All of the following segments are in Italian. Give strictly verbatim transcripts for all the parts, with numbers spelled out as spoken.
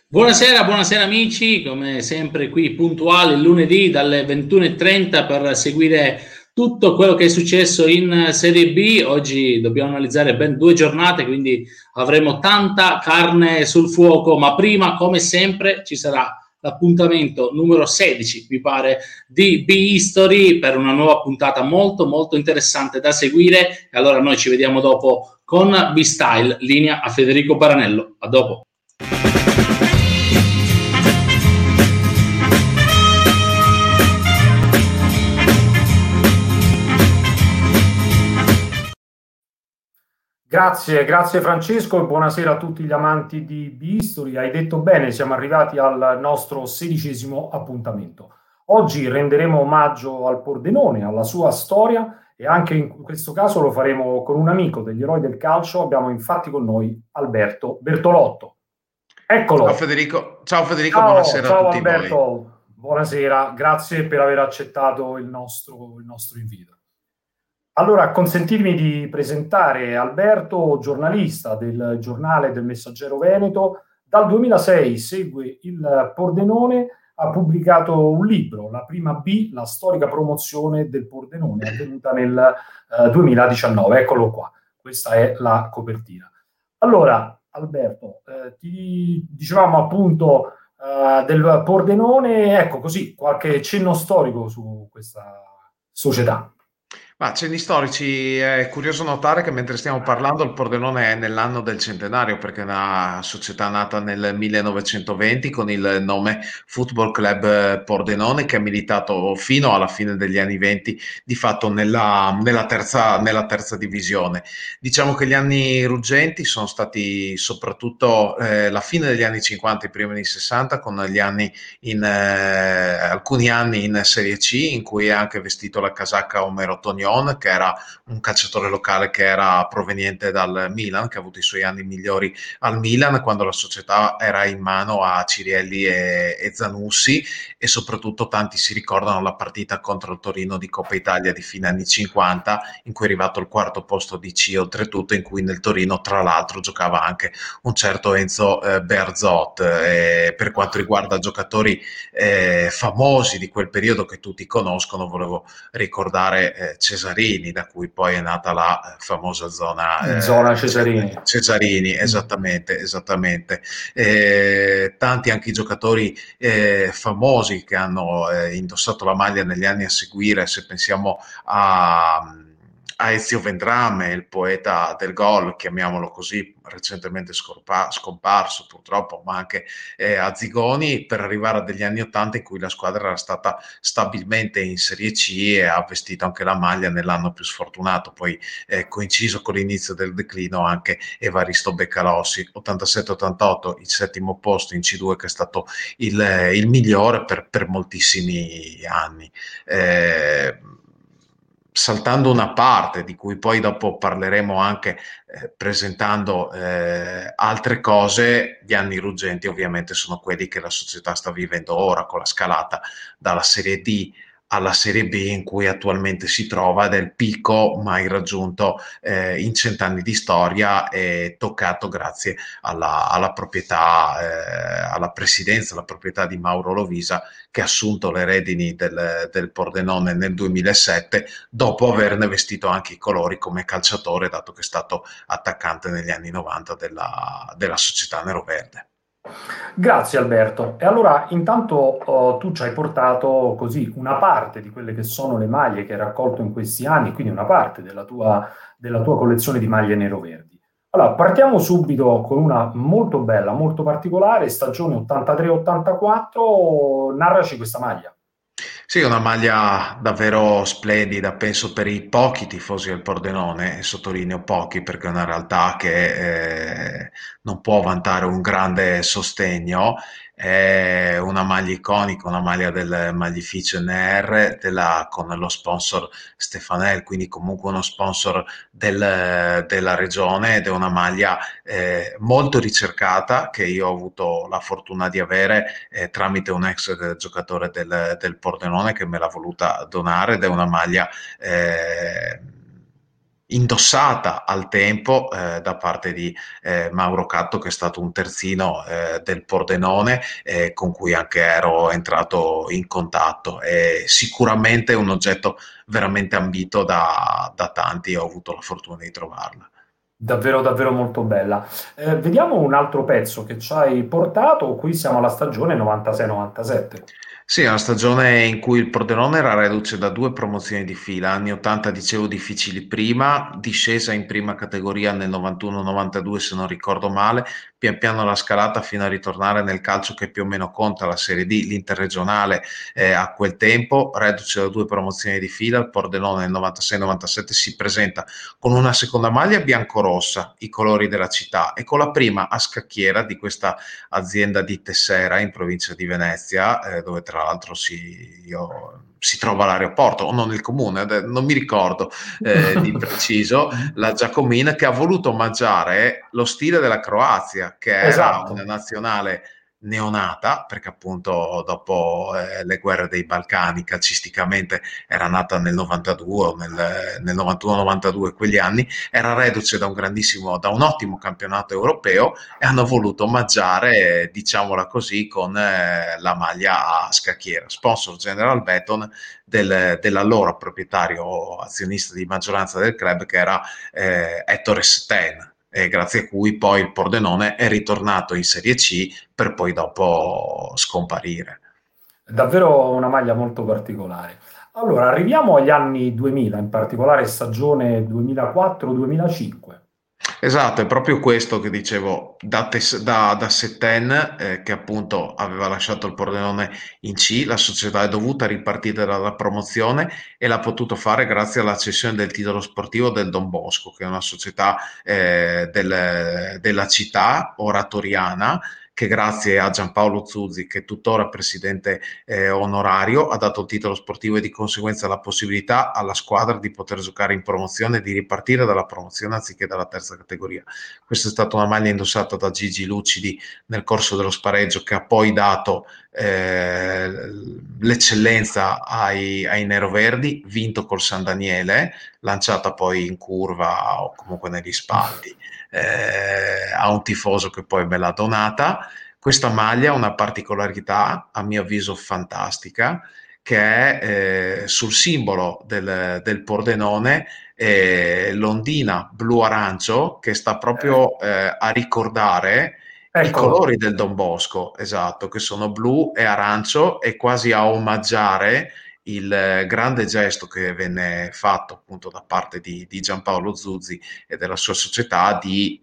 Buonasera, buonasera amici, come sempre qui puntuali il lunedì dalle ventuno e trenta per seguire tutto quello che è successo in Serie B. Oggi dobbiamo analizzare ben due giornate, quindi avremo tanta carne sul fuoco, ma prima, come sempre, ci sarà l'appuntamento numero sedici, mi pare, di B-History per una nuova puntata molto molto interessante da seguire. E allora noi ci vediamo dopo con B-Style, linea a Federico Paranello. A dopo. Grazie, grazie Francesco e buonasera a tutti gli amanti di B-History. Hai detto bene, siamo arrivati al nostro sedicesimo appuntamento. Oggi renderemo omaggio al Pordenone, alla sua storia e anche in questo caso lo faremo con un amico degli eroi del calcio. Abbiamo infatti con noi Alberto Bertolotto. Ciao Eccolo! Federico, ciao Federico, Ciao, buonasera a ciao tutti voi. Alberto, buonasera, grazie per aver accettato il nostro, il nostro invito. Allora, consentitemi di presentare Alberto, giornalista del giornale del Messaggero Veneto. Dal duemilasei segue il Pordenone, ha pubblicato un libro, La prima B, la storica promozione del Pordenone, avvenuta nel eh, duemiladiciannove. Eccolo qua, questa è la copertina. Allora, Alberto, eh, ti dicevamo appunto eh, del Pordenone, ecco così, qualche cenno storico su questa società. Ma cenni storici, è curioso notare che mentre stiamo parlando il Pordenone è nell'anno del centenario perché è una società nata nel millenovecentoventi con il nome Football Club eh, Pordenone, che ha militato fino alla fine degli anni venti di fatto nella, nella terza, nella terza divisione. Diciamo che gli anni ruggenti sono stati soprattutto eh, la fine degli anni cinquanta, i primi anni sessanta, con gli anni in, eh, alcuni anni in Serie C in cui ha anche vestito la casacca Omero Tonion, che era un calciatore locale che era proveniente dal Milan, che ha avuto i suoi anni migliori al Milan quando la società era in mano a Cirielli e, e Zanussi, e soprattutto tanti si ricordano la partita contro il Torino di Coppa Italia di fine anni cinquanta, in cui è arrivato al quarto posto di C, oltretutto, in cui nel Torino tra l'altro giocava anche un certo Enzo eh, Berzot. Eh, per quanto riguarda giocatori eh, famosi di quel periodo che tutti conoscono, volevo ricordare eh, Cesarini, da cui poi è nata la eh, famosa zona Zona eh, Cesarini. Cesarini, esattamente, esattamente. Eh, tanti anche i giocatori eh, famosi che hanno eh, indossato la maglia negli anni a seguire, se pensiamo a a Ezio Vendrame, il poeta del gol, chiamiamolo così, recentemente scorpa- scomparso purtroppo, ma anche eh, a Zigoni, per arrivare a degli anni Ottanta in cui la squadra era stata stabilmente in Serie C e ha vestito anche la maglia nell'anno più sfortunato, poi eh, coinciso con l'inizio del declino anche Evaristo Beccalossi. ottantasette ottantotto, il settimo posto in C due, che è stato il, il migliore per, per moltissimi anni. Eh, Saltando una parte di cui poi dopo parleremo anche eh, presentando eh, altre cose, gli anni ruggenti ovviamente sono quelli che la società sta vivendo ora, con la scalata dalla Serie D alla Serie B in cui attualmente si trova, ed è il picco mai raggiunto eh, in cent'anni di storia, e toccato grazie alla, alla proprietà, eh, alla presidenza, alla proprietà di Mauro Lovisa, che ha assunto le redini del, del Pordenone nel duemilasette, dopo averne vestito anche i colori come calciatore, dato che è stato attaccante negli anni novanta della, della società neroverde. Grazie Alberto. E allora intanto oh, tu ci hai portato così una parte di quelle che sono le maglie che hai raccolto in questi anni, quindi una parte della tua, della tua collezione di maglie nero-verdi. Allora, partiamo subito con una molto bella, molto particolare, stagione ottantatré ottantaquattro, narraci questa maglia. Sì, una maglia davvero splendida, penso per i pochi tifosi del Pordenone, e sottolineo pochi perché è una realtà che eh, non può vantare un grande sostegno. È una maglia iconica, una maglia del Maglificio N R della- con lo sponsor Stefanel, quindi comunque uno sponsor del- della regione, ed è una maglia eh, molto ricercata, che io ho avuto la fortuna di avere eh, tramite un ex eh, giocatore del, del Pordenone che me l'ha voluta donare, ed è una maglia eh, indossata al tempo eh, da parte di eh, Mauro Catto, che è stato un terzino eh, del Pordenone, eh, con cui anche ero entrato in contatto. È sicuramente un oggetto veramente ambito da, da tanti, e ho avuto la fortuna di trovarla. Davvero, davvero molto bella. Eh, vediamo un altro pezzo che ci hai portato. Qui siamo alla stagione novantasei novantasette. Sì, è una stagione in cui il Pordenone era reduce da due promozioni di fila, anni ottanta dicevo difficili prima, discesa in prima categoria nel novantuno novantadue se non ricordo male, pian piano la scalata fino a ritornare nel calcio che più o meno conta, la Serie D, l'interregionale eh, a quel tempo, reduce da due promozioni di fila, il Pordenone nel novantasei novantasette si presenta con una seconda maglia biancorossa, i colori della città, e con la prima a scacchiera di questa azienda di Tessera in provincia di Venezia, eh, dove tra l'altro si, io, si trova l'aeroporto, o non il comune, non mi ricordo eh, di preciso, la Giacomina, che ha voluto omaggiare lo stile della Croazia, che era una Esatto. nazionale neonata, perché appunto dopo eh, le guerre dei Balcani calcisticamente era nata nel novantadue o nel, nel novantuno novantadue, quegli anni, era reduce da un grandissimo, da un ottimo campionato europeo, e hanno voluto omaggiare, eh, diciamola così, con eh, la maglia a scacchiera. Sponsor General Beton del, dell'allora proprietario azionista di maggioranza del club, che era eh, Ettore Stein, e grazie a cui poi il Pordenone è ritornato in Serie C per poi dopo scomparire. È davvero una maglia molto particolare. Allora, arriviamo agli anni duemila, in particolare stagione duemilaquattro duemilacinque. Esatto, è proprio questo che dicevo, da, tes- da, da Setten, eh, che appunto aveva lasciato il Pordenone in C, la società è dovuta ripartire dalla promozione, e l'ha potuto fare grazie alla cessione del titolo sportivo del Don Bosco, che è una società eh, del- della città oratoriana, che grazie a Giampaolo Zuzzi, che è tuttora presidente eh, onorario, ha dato il titolo sportivo e di conseguenza la possibilità alla squadra di poter giocare in promozione e di ripartire dalla promozione anziché dalla terza categoria. Questa è stata una maglia indossata da Gigi Lucidi nel corso dello spareggio, che ha poi dato eh, l'eccellenza ai, ai neroverdi, vinto col San Daniele, lanciata poi in curva o comunque negli spalti eh, a un tifoso che poi me l'ha donata. Questa maglia ha una particolarità, a mio avviso fantastica, che è eh, sul simbolo del, del Pordenone, eh, l'ondina blu-arancio, che sta Eh, proprio eh, a ricordare i eccolo. colori del Don Bosco, esatto, che sono blu e arancio, e quasi a omaggiare il eh, grande gesto che venne fatto appunto da parte di, di Giampaolo Zuzzi e della sua società di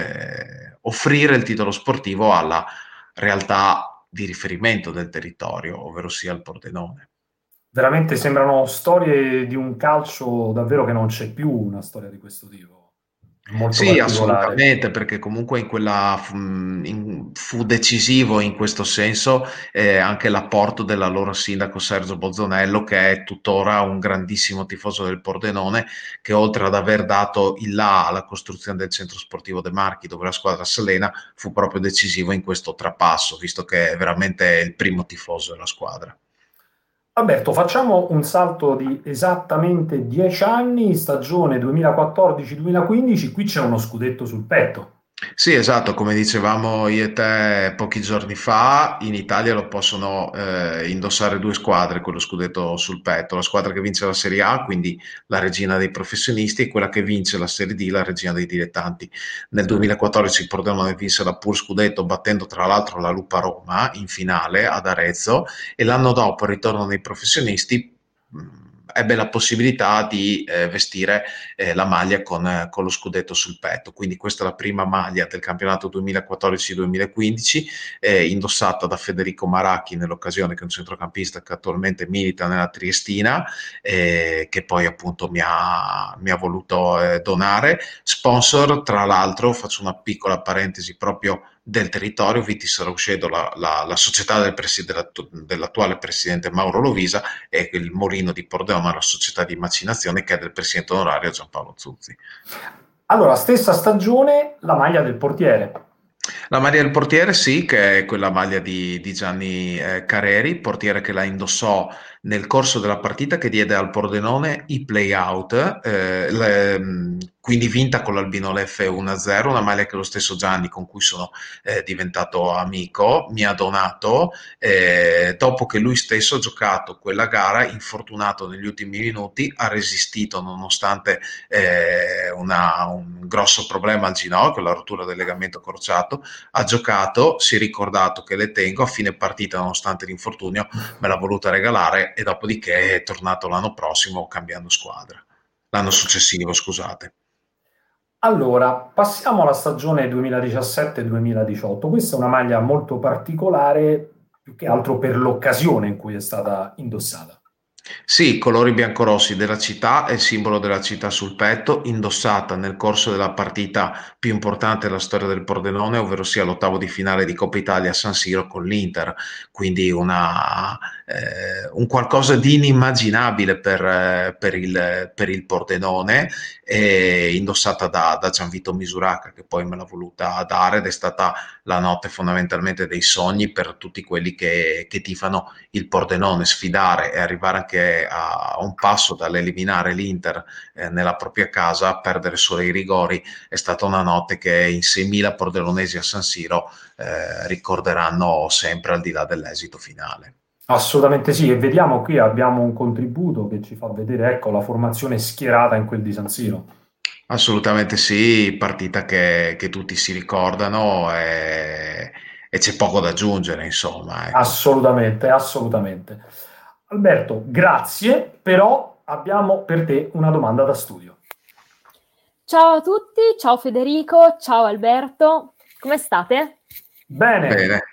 eh, offrire il titolo sportivo alla realtà di riferimento del territorio, ovvero sia il Pordenone. Veramente sembrano storie di un calcio davvero che non c'è più una storia di questo tipo. Molto Sì, particolare. assolutamente, perché comunque in quella fu, in- fu decisivo in questo senso eh, anche l'apporto dell'allora sindaco Sergio Bozzonello, che è tuttora un grandissimo tifoso del Pordenone, che oltre ad aver dato il là alla costruzione del centro sportivo De Marchi, dove la squadra si allena, fu proprio decisivo in questo trapasso, visto che è veramente il primo tifoso della squadra. Alberto, facciamo un salto di esattamente dieci anni, stagione duemilaquattordici duemilaquindici, qui c'è uno scudetto sul petto. Sì, esatto, come dicevamo io e te pochi giorni fa, in Italia lo possono eh, indossare due squadre, quello scudetto sul petto, la squadra che vince la Serie A, quindi la regina dei professionisti, e quella che vince la Serie D, la regina dei dilettanti. Nel duemilaquattordici il Pordenone vinse la Pur Scudetto, battendo tra l'altro la Lupa Roma in finale ad Arezzo, e l'anno dopo il ritorno dei professionisti mh, ebbe la possibilità di eh, vestire eh, la maglia con, eh, con lo scudetto sul petto. Quindi questa è la prima maglia del campionato duemilaquattordici duemilaquindici, eh, indossata da Federico Maracchi nell'occasione, che è un centrocampista che attualmente milita nella Triestina, eh, che poi appunto mi ha, mi ha voluto eh, donare. Sponsor, tra l'altro, faccio una piccola parentesi proprio del territorio, Vitis Rauscedo, la, la, la società del presi- dell'attuale presidente Mauro Lovisa, e il Molino di Pordenone, la società di macinazione, che è del presidente onorario Giampaolo Zuzzi. Allora, stessa stagione, la maglia del portiere. La maglia del portiere sì, che è quella maglia di, di Gianni eh, Careri, portiere che la indossò nel corso della partita che diede al Pordenone i play-out, eh, le- mh, quindi vinta con l'Albino Leffe uno a zero, una maglia che lo stesso Gianni, con cui sono eh, diventato amico, mi ha donato, eh, dopo che lui stesso ha giocato quella gara, infortunato negli ultimi minuti, ha resistito nonostante eh, una- un grosso problema al ginocchio, la rottura del legamento crociato, ha giocato, si è ricordato che le tengo, a fine partita nonostante l'infortunio me l'ha voluta regalare e dopodiché è tornato l'anno prossimo cambiando squadra, l'anno successivo scusate. Allora, passiamo alla stagione duemiladiciassette duemiladiciotto. Questa è una maglia molto particolare, più che altro per l'occasione in cui è stata indossata. Sì, colori biancorossi della città e il simbolo della città sul petto, indossata nel corso della partita più importante della storia del Pordenone, ovvero sia l'ottavo di finale di Coppa Italia a San Siro con l'Inter, quindi una, eh, un qualcosa di inimmaginabile per, eh, per il, per il Pordenone, e indossata da, da Gianvito Misuraca, che poi me l'ha voluta dare, ed è stata la notte fondamentalmente dei sogni per tutti quelli che, che tifano il Pordenone. Sfidare e arrivare anche a un passo dall'eliminare l'Inter eh, nella propria casa, perdere solo i rigori, è stata una notte che in seimila pordenonesi a San Siro eh, ricorderanno sempre, al di là dell'esito finale. Assolutamente sì, e vediamo qui abbiamo un contributo che ci fa vedere, ecco, la formazione schierata in quel di San Siro. Assolutamente sì, partita che, che tutti si ricordano, e, e c'è poco da aggiungere, insomma, ecco. Assolutamente, assolutamente. Alberto, grazie, però abbiamo per te una domanda da studio. Ciao a tutti, ciao Federico, ciao Alberto, come state? Bene. Bene.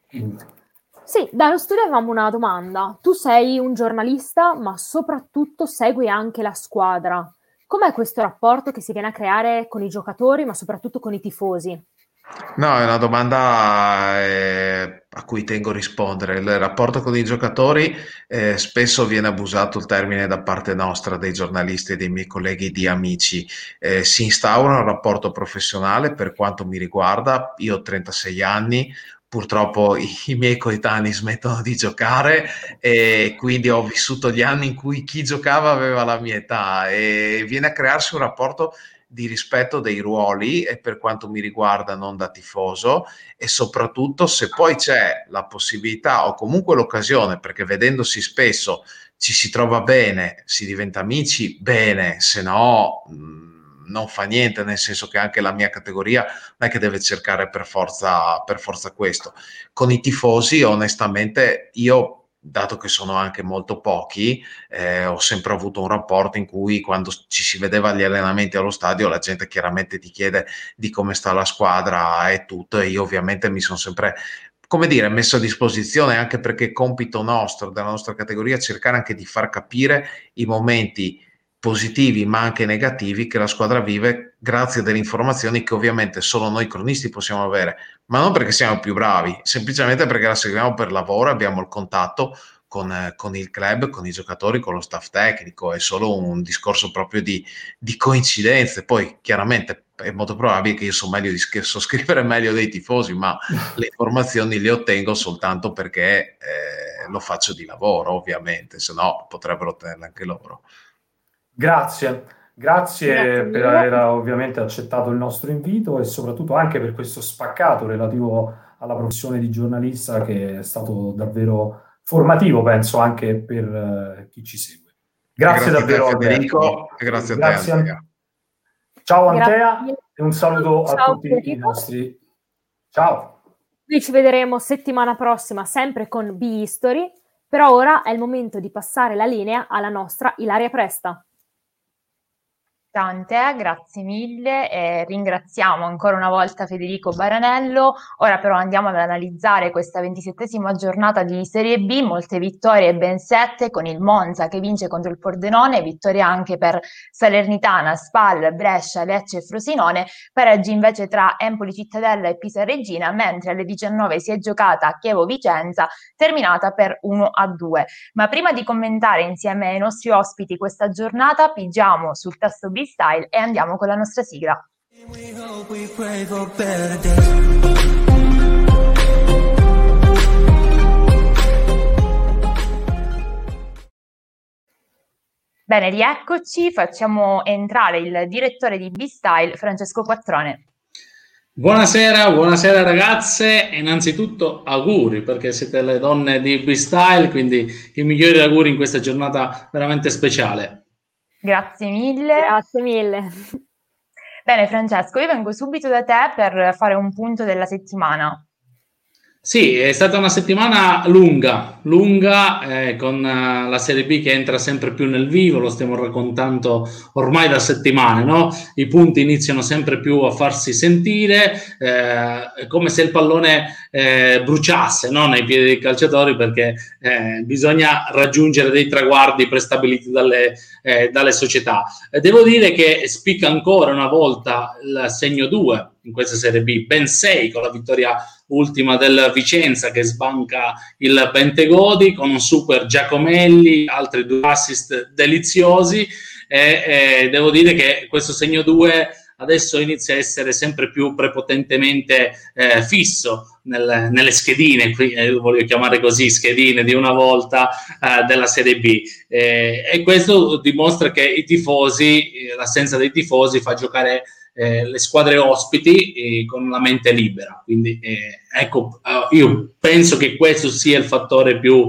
Sì, dallo studio avevamo una domanda. Tu sei un giornalista, ma soprattutto segui anche la squadra. Com'è questo rapporto che si viene a creare con i giocatori, ma soprattutto con i tifosi? No, è una domanda eh, a cui tengo a rispondere. Il rapporto con i giocatori, eh, spesso viene abusato il termine da parte nostra, dei giornalisti e dei miei colleghi di amici. Eh, si instaura un rapporto professionale per quanto mi riguarda. Io ho trentasei anni, purtroppo i, i miei coetanei smettono di giocare e quindi ho vissuto gli anni in cui chi giocava aveva la mia età, e viene a crearsi un rapporto di rispetto dei ruoli, e per quanto mi riguarda non da tifoso, e soprattutto se poi c'è la possibilità o comunque l'occasione, perché vedendosi spesso ci si trova bene, si diventa amici, bene, se no mh, non fa niente, nel senso che anche la mia categoria non è che deve cercare per forza, per forza questo. Con i tifosi, onestamente, io, dato che sono anche molto pochi, eh, ho sempre avuto un rapporto in cui, quando ci si vedeva agli allenamenti allo stadio, la gente chiaramente ti chiede di come sta la squadra e tutto, e io ovviamente mi sono sempre, come dire, messo a disposizione, anche perché è compito nostro, della nostra categoria, cercare anche di far capire i momenti positivi ma anche negativi che la squadra vive, grazie a delle informazioni che ovviamente solo noi cronisti possiamo avere, ma non perché siamo più bravi, semplicemente perché la seguiamo per lavoro, abbiamo il contatto con, eh, con il club, con i giocatori, con lo staff tecnico. È solo un discorso proprio di, di coincidenze. Poi chiaramente è molto probabile che io so, meglio di, so scrivere meglio dei tifosi, ma le informazioni le ottengo soltanto perché eh, lo faccio di lavoro, ovviamente, se no potrebbero ottenerle anche loro. Grazie, grazie Grazie per mille. aver ovviamente accettato il nostro invito e soprattutto anche per questo spaccato relativo alla professione di giornalista, che è stato davvero formativo, penso, anche per eh, chi ci segue. E Grazie grazie a te davvero Alberto. Federico, e grazie a te Grazie. Andrea. Ciao Grazie Antea mille. e un saluto a Ciao tutti i Federico. nostri. Ciao. Noi ci vedremo settimana prossima sempre con B-History, però ora è il momento di passare la linea alla nostra Ilaria Presta. Ciao Antea, grazie mille e ringraziamo ancora una volta Federico Baranello. Ora però andiamo ad analizzare questa ventisettesima giornata di Serie B, molte vittorie, ben sette, con il Monza che vince contro il Pordenone, vittoria anche per Salernitana, Spal, Brescia, Lecce e Frosinone, pareggi invece tra Empoli Cittadella e Pisa Regina, mentre alle diciannove si è giocata Chievo Vicenza, terminata per uno a due. Ma prima di commentare insieme ai nostri ospiti questa giornata, pigiamo sul tasto B-Style e andiamo con la nostra sigla. Bene, rieccoci, facciamo entrare il direttore di B-Style, Francesco Quattrone. Buonasera, buonasera ragazze, innanzitutto auguri perché siete le donne di B-Style, quindi i migliori auguri in questa giornata veramente speciale. Grazie mille. Grazie mille. Bene Francesco, io vengo subito da te per fare un punto della settimana. Sì, è stata una settimana lunga, lunga eh, con uh, la Serie B che entra sempre più nel vivo, lo stiamo raccontando ormai da settimane, no? I punti iniziano sempre più a farsi sentire, eh, è come se il pallone eh, bruciasse, no? Nei piedi dei calciatori, perché eh, bisogna raggiungere dei traguardi prestabiliti dalle, eh, dalle società. E devo dire che spicca ancora una volta il segno due in questa Serie B, ben sei con la vittoria ultima del Vicenza che sbanca il Bentegodi con un super Giacomelli, altri due assist deliziosi e, e devo dire che questo segno due adesso inizia a essere sempre più prepotentemente eh, fisso nel, nelle schedine, qui eh, voglio chiamare così schedine di una volta eh, della Serie B eh, e questo dimostra che i tifosi, eh, l'assenza dei tifosi fa giocare Eh, le squadre ospiti eh, con la mente libera, quindi eh, ecco uh, io penso che questo sia il fattore più,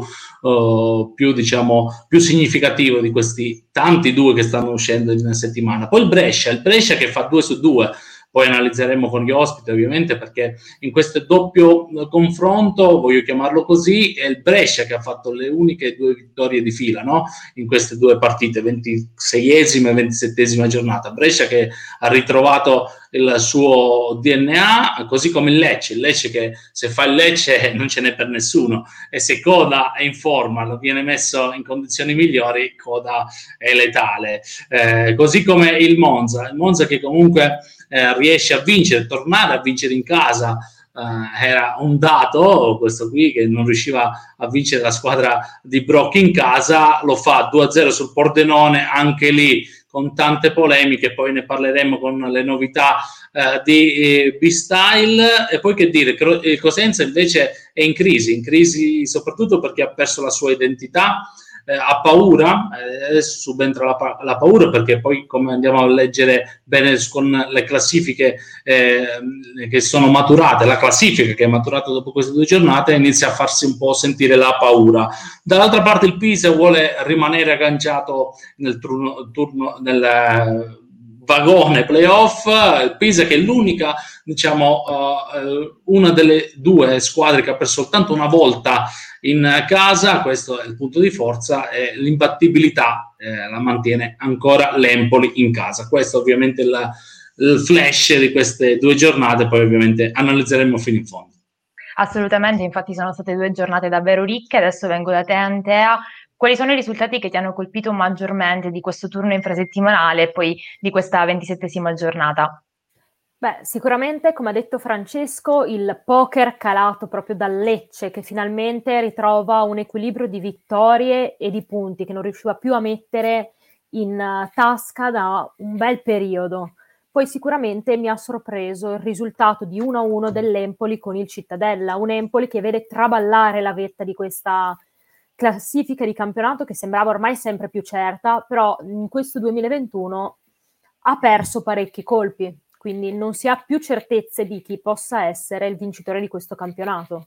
uh, più diciamo più significativo di questi tanti due che stanno uscendo in una settimana. Poi il Brescia, il Brescia che fa due su due, poi analizzeremo con gli ospiti ovviamente, perché in questo doppio confronto, voglio chiamarlo così, è il Brescia che ha fatto le uniche due vittorie di fila, no? In queste due partite, ventiseiesima e ventisettesima giornata. Brescia che ha ritrovato il suo D N A, così come il Lecce, il Lecce che se fa il Lecce non ce n'è per nessuno, e se Coda è in forma, lo viene messo in condizioni migliori, Coda è letale. Eh, così come il Monza, il Monza che comunque Eh, riesce a vincere, tornare a vincere in casa, eh, era un dato questo qui, che non riusciva a vincere la squadra di Brocchi in casa, lo fa due a zero sul Pordenone, anche lì con tante polemiche, poi ne parleremo con le novità eh, di eh, B-Style. E poi che dire, il Cosenza invece è in crisi, in crisi soprattutto perché ha perso la sua identità, Eh, ha paura, eh, adesso subentra la, pa- la paura, perché poi, come andiamo a leggere bene con le classifiche eh, che sono maturate, la classifica che è maturata dopo queste due giornate, inizia a farsi un po' sentire la paura. Dall'altra parte il Pisa vuole rimanere agganciato nel turno, turno nel eh, vagone playoff, il Pisa che è l'unica, diciamo, uh, una delle due squadre che ha perso soltanto una volta in casa, questo è il punto di forza, e l'imbattibilità eh, la mantiene ancora l'Empoli in casa. Questo ovviamente è il, il flash di queste due giornate, poi ovviamente analizzeremo fino in fondo. Assolutamente, infatti sono state due giornate davvero ricche. Adesso vengo da te, Antea. Quali sono i risultati che ti hanno colpito maggiormente di questo turno infrasettimanale e poi di questa ventisettesima giornata? Beh, sicuramente, come ha detto Francesco, il poker calato proprio dal Lecce, che finalmente ritrova un equilibrio di vittorie e di punti che non riusciva più a mettere in uh, tasca da un bel periodo. Poi sicuramente mi ha sorpreso il risultato di uno a uno dell'Empoli con il Cittadella, un Empoli che vede traballare la vetta di questa classifica di campionato che sembrava ormai sempre più certa, però in questo duemilaventuno ha perso parecchi colpi, quindi non si ha più certezze di chi possa essere il vincitore di questo campionato.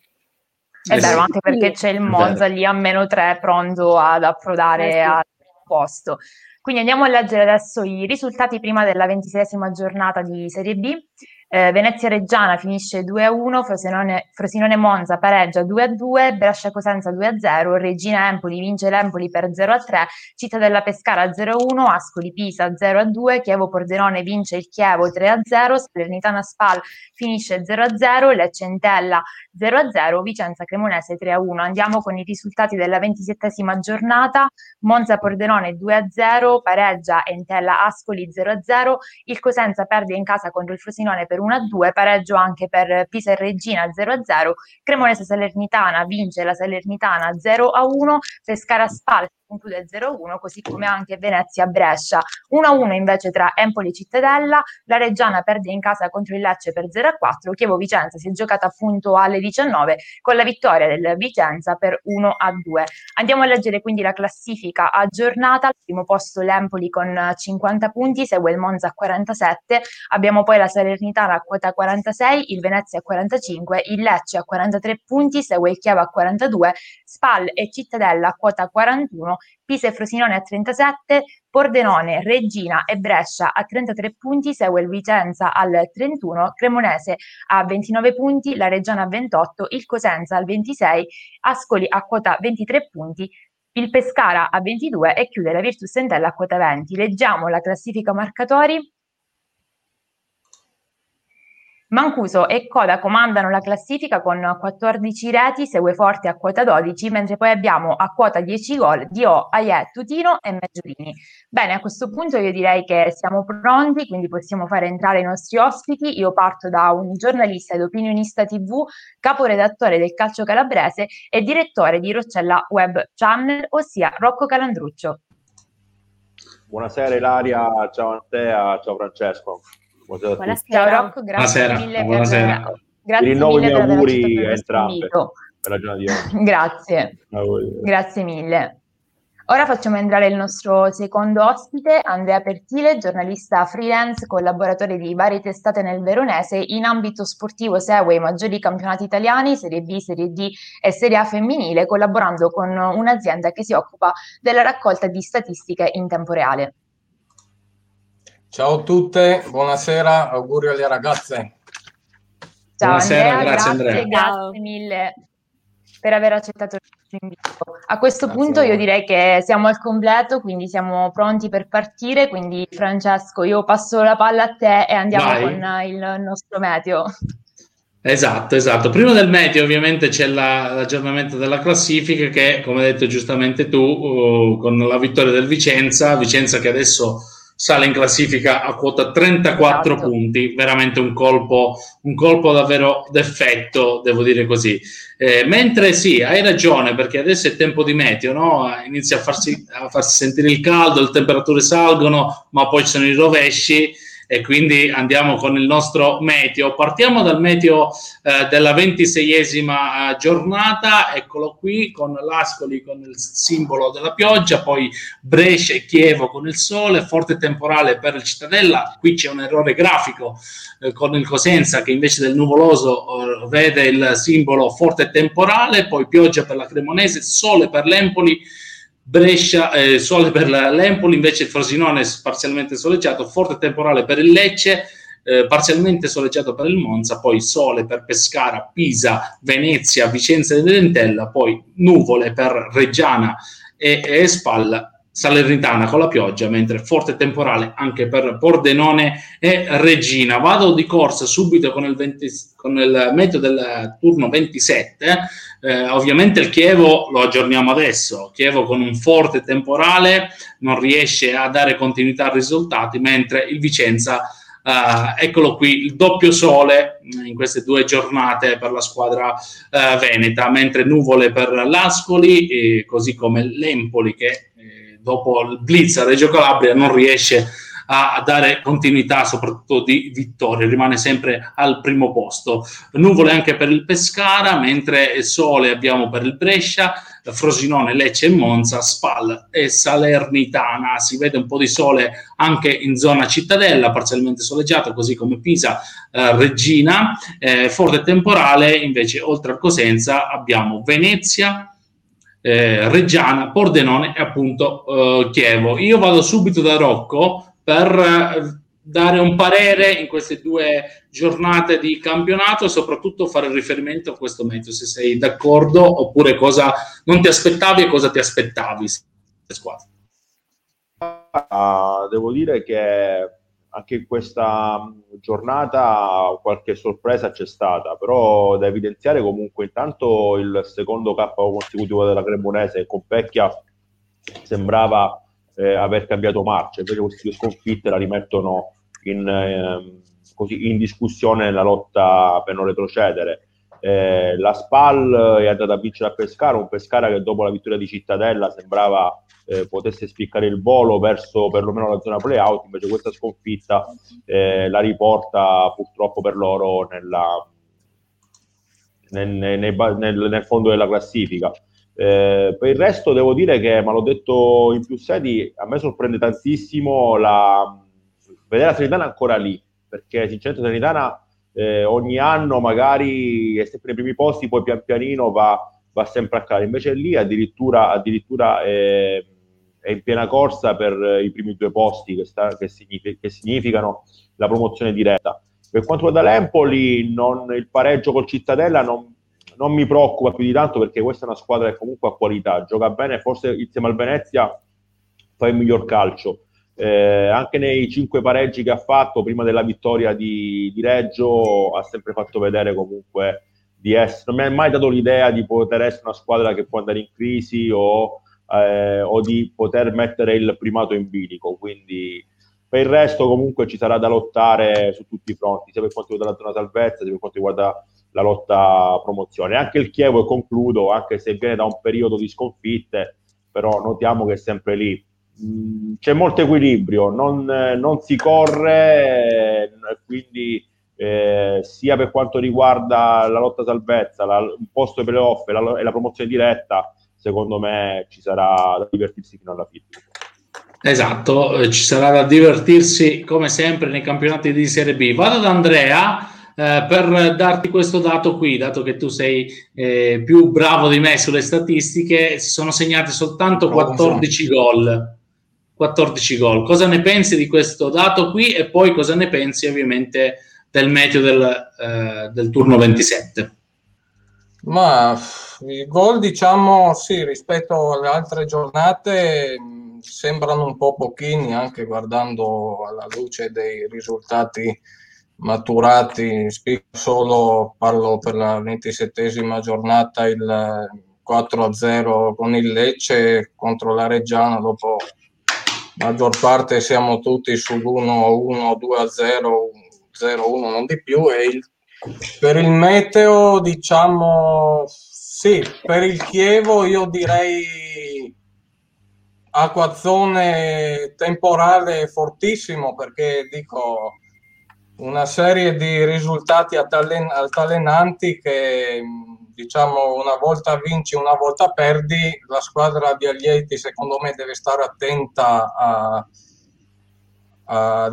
È vero, anche perché c'è il Monza lì a meno tre pronto ad approdare eh sì. al posto. Quindi andiamo a leggere adesso i risultati prima della ventiseiesima giornata di Serie B. Eh, Venezia Reggiana finisce due a uno, Frosinone, Frosinone Monza pareggia due a due, Brescia Cosenza due a zero, Reggina Empoli vince l'Empoli per zero a tre, Cittadella Pescara zero a uno, Ascoli Pisa zero a due, Chievo Pordenone vince il Chievo tre a zero, Salernitana Spal finisce zero a zero, Lecce Entella zero a zero, Vicenza Cremonese tre a uno. Andiamo con i risultati della ventisettesima giornata. Monza Pordenone due a zero, pareggia Entella Ascoli zero a zero, il Cosenza perde in casa contro il Frosinone per uno a due, pareggio anche per Pisa e Reggina zero a zero, Cremonese Salernitana vince la Salernitana zero a uno, Pescara Spal conclude zero uno, così come anche Venezia-Brescia. uno a uno invece tra Empoli e Cittadella, la Reggiana perde in casa contro il Lecce per zero a quattro, Chievo-Vicenza si è giocata appunto alle diciannove con la vittoria del Vicenza per uno a due. Andiamo a leggere quindi la classifica a giornata. Al primo posto l'Empoli con cinquanta punti, segue il Monza a quarantasette, abbiamo poi la Salernitana a quota quarantasei, il Venezia a quarantacinque, il Lecce a quarantatré punti, segue il Chievo a quarantadue, Spal e Cittadella a quota quarantuno, Pisa e Frosinone a trentasette, Pordenone, Reggina e Brescia a trentatré punti, segue il Vicenza al trentuno, Cremonese a ventinove punti, la Reggiana a ventotto, il Cosenza al ventisei, Ascoli a quota ventitré punti, il Pescara a ventidue e chiude la Virtus Entella a quota venti. Leggiamo la classifica marcatori. Mancuso e Coda comandano la classifica con quattordici reti, segue Forte a quota dodici, mentre poi abbiamo a quota dieci gol Dio, Aiet, Tutino e Meggiolini. Bene, a questo punto io direi che siamo pronti, quindi possiamo fare entrare i nostri ospiti. Io parto da un giornalista ed opinionista tivù, caporedattore del Calcio Calabrese e direttore di Roccella Web Channel, ossia Rocco Calandruccio. Buonasera Ilaria, ciao Antea, ciao Francesco. Buonasera. Buonasera. Ciao Rocco, grazie buonasera. mille per, buonasera. Grazie rinnovo mille i miei per aver auguri accettato a entrambe invito. per la giornata di oggi. Grazie, grazie mille. Ora facciamo entrare il nostro secondo ospite, Andrea Pertile, giornalista freelance, collaboratore di varie testate nel Veronese. In ambito sportivo segue i maggiori campionati italiani, Serie B, Serie D e Serie A femminile, collaborando con un'azienda che si occupa della raccolta di statistiche in tempo reale. Ciao a tutte, buonasera, auguri alle ragazze. Ciao buonasera, Andrea, grazie, grazie, Andrea. grazie mille per aver accettato il nostro invito. A questo Grazie punto a io voi. direi che siamo al completo, quindi siamo pronti per partire, quindi Francesco io passo la palla a te e andiamo Vai. con il nostro meteo. Esatto, esatto. Prima del meteo ovviamente c'è la, l'aggiornamento della classifica che, come hai detto giustamente tu, uh, con la vittoria del Vicenza, Vicenza che adesso sale in classifica a quota trentaquattro Esatto. punti, veramente un colpo, un colpo davvero d'effetto, devo dire così. Eh, mentre sì, hai ragione, perché adesso è tempo di meteo, no? Inizia a farsi, a farsi sentire il caldo, le temperature salgono, ma poi ci sono i rovesci. E quindi andiamo con il nostro meteo. Partiamo dal meteo eh, della ventiseiesima eh, giornata, eccolo qui, con l'Ascoli con il simbolo della pioggia, poi Brescia e Chievo con il sole, forte temporale per il Cittadella, qui c'è un errore grafico eh, con il Cosenza che invece del nuvoloso eh, vede il simbolo forte temporale, poi pioggia per la Cremonese, sole per l'Empoli, Brescia, eh, sole per l'Empoli, invece il Frosinone è parzialmente soleggiato, forte temporale per il Lecce, eh, parzialmente soleggiato per il Monza, poi sole per Pescara, Pisa, Venezia, Vicenza ed Entella, poi nuvole per Reggiana e, e Spal, Salernitana con la pioggia, mentre forte temporale anche per Pordenone e Reggina. Vado di corsa subito con il, venti, con il meteo del turno ventisette. Eh, ovviamente il Chievo lo aggiorniamo adesso. Chievo con un forte temporale non riesce a dare continuità ai risultati, mentre il Vicenza, eh, eccolo qui, il doppio sole in queste due giornate per la squadra eh, veneta, mentre nuvole per l'Ascoli, eh, così come l'Empoli che dopo il blitz a Reggio Calabria non riesce a, a dare continuità soprattutto di vittorie, rimane sempre al primo posto. Nuvole anche per il Pescara, mentre sole abbiamo per il Brescia, Frosinone, Lecce e Monza, Spal e Salernitana. Si vede un po' di sole anche in zona Cittadella, parzialmente soleggiato, così come Pisa, eh, Reggina. Eh, forte temporale invece oltre al Cosenza abbiamo Venezia, Eh, Reggiana, Pordenone e appunto eh, Chievo. Io vado subito da Rocco per eh, dare un parere in queste due giornate di campionato e soprattutto fare riferimento a questo meteo, se sei d'accordo oppure cosa non ti aspettavi e cosa ti aspettavi. Uh, devo dire che anche in questa giornata qualche sorpresa c'è stata, però da evidenziare comunque intanto il secondo K O consecutivo della Cremonese con Pecchia sembrava eh, aver cambiato marcia, invece queste due sconfitte la rimettono in, eh, così, in discussione nella lotta per non retrocedere. Eh, la Spal è andata a vincere a Pescara, un Pescara che dopo la vittoria di Cittadella sembrava eh, potesse spiccare il volo verso perlomeno la zona play-out, invece questa sconfitta eh, la riporta purtroppo per loro nella, nel, nel, nel, nel fondo della classifica. Eh, per il resto devo dire che, ma l'ho detto in più sedi, a me sorprende tantissimo la, vedere la Salernitana ancora lì, perché sinceramente la Salernitana eh, ogni anno magari è sempre nei primi posti, poi pian pianino va, va sempre a calare, invece lì addirittura, addirittura è, è in piena corsa per i primi due posti che, sta, che, signific- che significano la promozione diretta. Per quanto riguarda l'Empoli, non, il pareggio col Cittadella non non mi preoccupa più di tanto, perché questa è una squadra che comunque ha qualità, gioca bene, forse insieme al Venezia fa il miglior calcio. Eh, anche nei cinque pareggi che ha fatto prima della vittoria di, di Reggio ha sempre fatto vedere comunque di essere, non mi ha mai dato l'idea di poter essere una squadra che può andare in crisi o, eh, o di poter mettere il primato in bilico, quindi per il resto comunque ci sarà da lottare su tutti i fronti, sia per quanto riguarda la zona salvezza, sia per quanto riguarda la lotta a promozione. Anche il Chievo, e concludo, anche se viene da un periodo di sconfitte, però notiamo che è sempre lì. Mm, c'è molto equilibrio, non, non si corre, eh, quindi eh, sia per quanto riguarda la lotta salvezza, la, il posto ai playoff e la, e la promozione diretta, secondo me ci sarà da divertirsi fino alla fine. Esatto, eh, ci sarà da divertirsi come sempre nei campionati di Serie B. Vado da Andrea eh, per darti questo dato qui, dato che tu sei eh, più bravo di me sulle statistiche. Si sono segnati soltanto quattordici gol. quattordici gol. Cosa ne pensi di questo dato qui, e poi cosa ne pensi ovviamente del meteo del, eh, del turno ventisette? Ma i gol, diciamo, sì, rispetto alle altre giornate mh, sembrano un po' pochini, anche guardando alla luce dei risultati maturati. Spiego solo, parlo per la ventisettesima giornata, il quattro a zero con il Lecce contro la Reggiana. Dopo maggior parte siamo tutti sull'uno a uno, due a zero, zero a uno, non di più. E il per il meteo, diciamo, sì, per il Chievo io direi acquazzone temporale fortissimo, perché dico una serie di risultati altalenanti altalenanti che, diciamo, una volta vinci, una volta perdi. La squadra di Aglieti secondo me deve stare attenta a a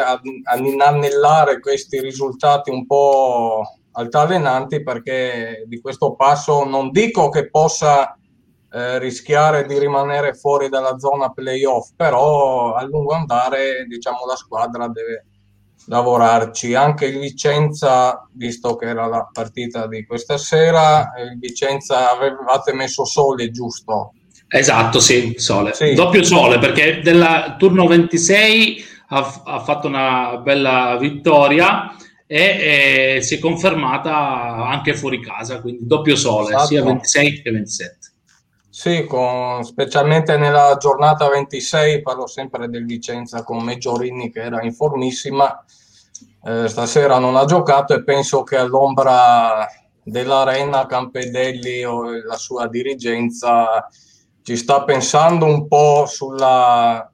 inanellare questi risultati un po' altalenanti, perché di questo passo non dico che possa eh, rischiare di rimanere fuori dalla zona playoff, però a lungo andare, diciamo, la squadra deve lavorarci. Anche il Vicenza, visto che era la partita di questa sera, il Vicenza avevate messo Sole, giusto? Esatto, sì, Sole. Sì. Doppio Sole, perché del turno ventisei ha, ha fatto una bella vittoria e, e si è confermata anche fuori casa, quindi doppio Sole, esatto, sia ventisei che ventisette. Sì, con, specialmente nella giornata ventisei, parlo sempre del Vicenza con Meggiorini che era in formissima, eh, stasera non ha giocato, e penso che all'ombra dell'Arena Campedelli o la sua dirigenza ci sta pensando un po' sulla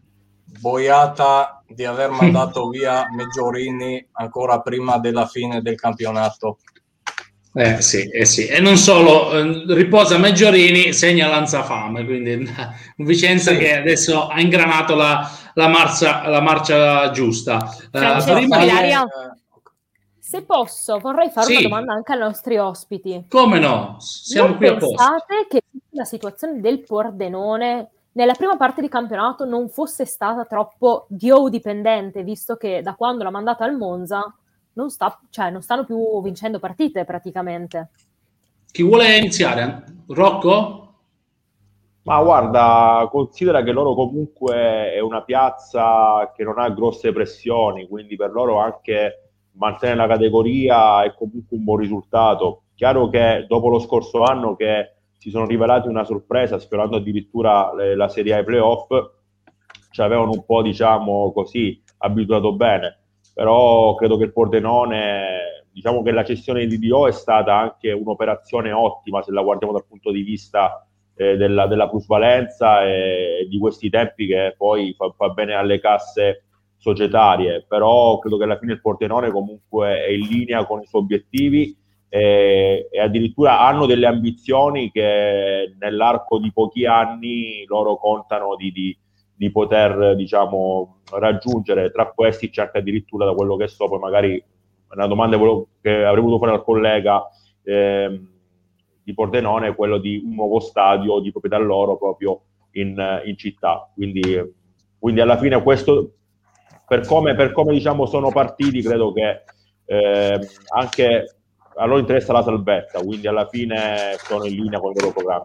boiata di aver mandato via Meggiorini ancora prima della fine del campionato. Eh sì, eh sì, e non solo, eh, riposa Meggiorini, segna Lanzafame, quindi un Vicenza sì, che adesso ha ingranato la, la, marcia, la marcia giusta. Francesco, uh, prima... Ilaria, se posso, vorrei fare sì, una domanda anche ai nostri ospiti. Come no? Siamo non qui a posto. Pensate che la situazione del Pordenone nella prima parte di campionato non fosse stata troppo Dio dipendente, visto che da quando l'ha mandata al Monza non, sta, cioè, non stanno più vincendo partite praticamente? Chi vuole iniziare? Rocco? Ma guarda, considera che loro comunque è una piazza che non ha grosse pressioni, quindi per loro anche mantenere la categoria è comunque un buon risultato. Chiaro che dopo lo scorso anno che si sono rivelati una sorpresa, sfiorando addirittura le, la Serie A ai playoff, ci avevano un po', diciamo così, abituato bene, però credo che il Pordenone diciamo che la cessione di Dio è stata anche un'operazione ottima se la guardiamo dal punto di vista eh, della, della plusvalenza e di questi tempi, che poi fa, fa bene alle casse societarie. Però credo che alla fine il Pordenone comunque è in linea con i suoi obiettivi e, e addirittura hanno delle ambizioni che nell'arco di pochi anni loro contano di, di, di poter, diciamo, raggiungere. Tra questi c'è anche addirittura, da quello che so, poi magari una domanda che avrei voluto fare al collega eh, di Pordenone, quello di un nuovo stadio di proprietà loro proprio in, in città. Quindi, quindi alla fine questo, per come, per come diciamo sono partiti, credo che eh, anche a loro interessa la salvezza, quindi alla fine sono in linea con il loro programma.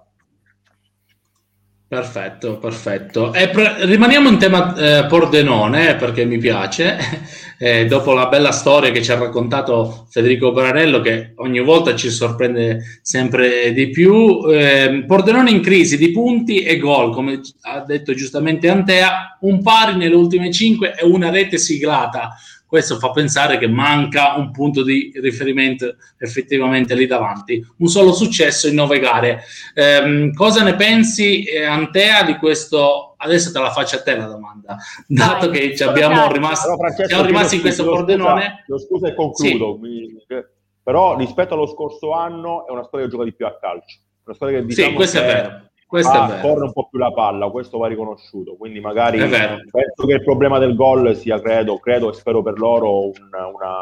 Perfetto, perfetto. E pre- rimaniamo in tema eh, Pordenone, perché mi piace, eh, dopo la bella storia che ci ha raccontato Federico Baranello, che ogni volta ci sorprende sempre di più. Eh, Pordenone in crisi di punti e gol, come ha detto giustamente Antea, un pari nelle ultime cinque e una rete siglata. Questo fa pensare che manca un punto di riferimento effettivamente lì davanti. Un solo successo in nove gare. Eh, cosa ne pensi, eh, Antea, di questo? Adesso te la faccio a te la domanda. Dato Dai, che ci abbiamo rimasti, però, Francesco, siamo rimasti in questo Pordenone. Lo scusa e concludo. Sì. Mi, però rispetto allo scorso anno è una squadra che gioca di più a calcio. Una squadra che, diciamo, sì, questo che è vero. Questo ah, è vero. corre un po' più la palla, questo va riconosciuto. Quindi magari È vero. penso che il problema del gol sia, credo, credo e spero per loro, una, una,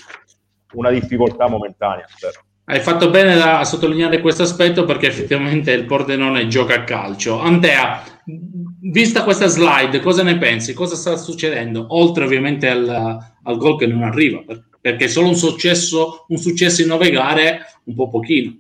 una difficoltà momentanea. Spero. Hai fatto bene a sottolineare questo aspetto, perché effettivamente il Pordenone gioca a calcio. Antea, vista questa slide, cosa ne pensi? Cosa sta succedendo? Oltre ovviamente al, al gol che non arriva, perché solo un successo, un successo in nove gare, un po' pochino.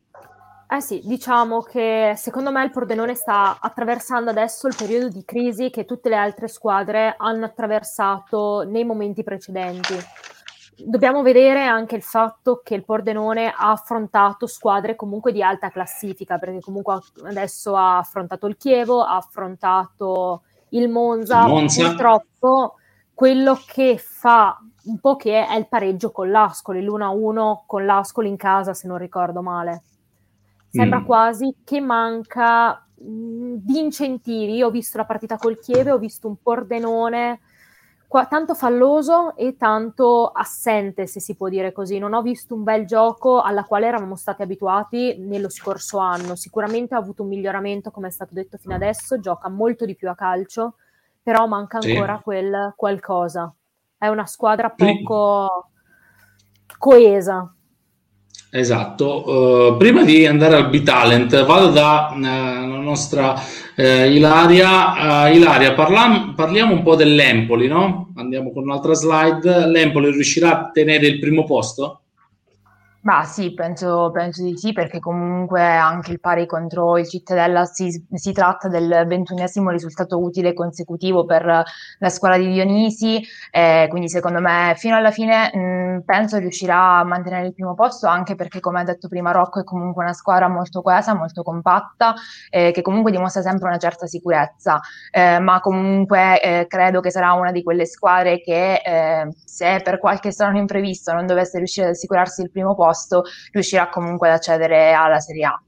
Eh sì, diciamo che secondo me il Pordenone sta attraversando adesso il periodo di crisi che tutte le altre squadre hanno attraversato nei momenti precedenti. Dobbiamo vedere anche il fatto che il Pordenone ha affrontato squadre comunque di alta classifica, perché comunque adesso ha affrontato il Chievo, ha affrontato il Monza. Il Monza. Purtroppo quello che fa un po' che è il pareggio con l'Ascoli, l'uno a uno con l'Ascoli in casa, se non ricordo male. Sembra mm. quasi che manca mh, di incentivi. Io ho visto la partita col Chievo, ho visto un Pordenone qua, tanto falloso e tanto assente, se si può dire così. Non ho visto un bel gioco alla quale eravamo stati abituati nello scorso anno. Sicuramente ha avuto un miglioramento, come è stato detto fino adesso, gioca molto di più a calcio, però manca ancora sì. quel qualcosa. È una squadra poco sì. coesa. Esatto, uh, prima di andare al B-Talent vado da uh, la nostra uh, Ilaria. Uh, Ilaria, parlam- parliamo un po' dell'Empoli, no? Andiamo con un'altra slide. L'Empoli riuscirà a tenere il primo posto? Ma sì, penso, penso di sì, perché comunque anche il pari contro il Cittadella si, si tratta del ventunesimo risultato utile consecutivo per la squadra di Dionisi, eh, quindi secondo me fino alla fine mh, penso riuscirà a mantenere il primo posto, anche perché, come ha detto prima Rocco, è comunque una squadra molto coesa, molto compatta, eh, che comunque dimostra sempre una certa sicurezza, eh, ma comunque eh, credo che sarà una di quelle squadre che eh, se per qualche strano imprevisto non dovesse riuscire ad assicurarsi il primo posto, riuscirà comunque ad accedere alla Serie A.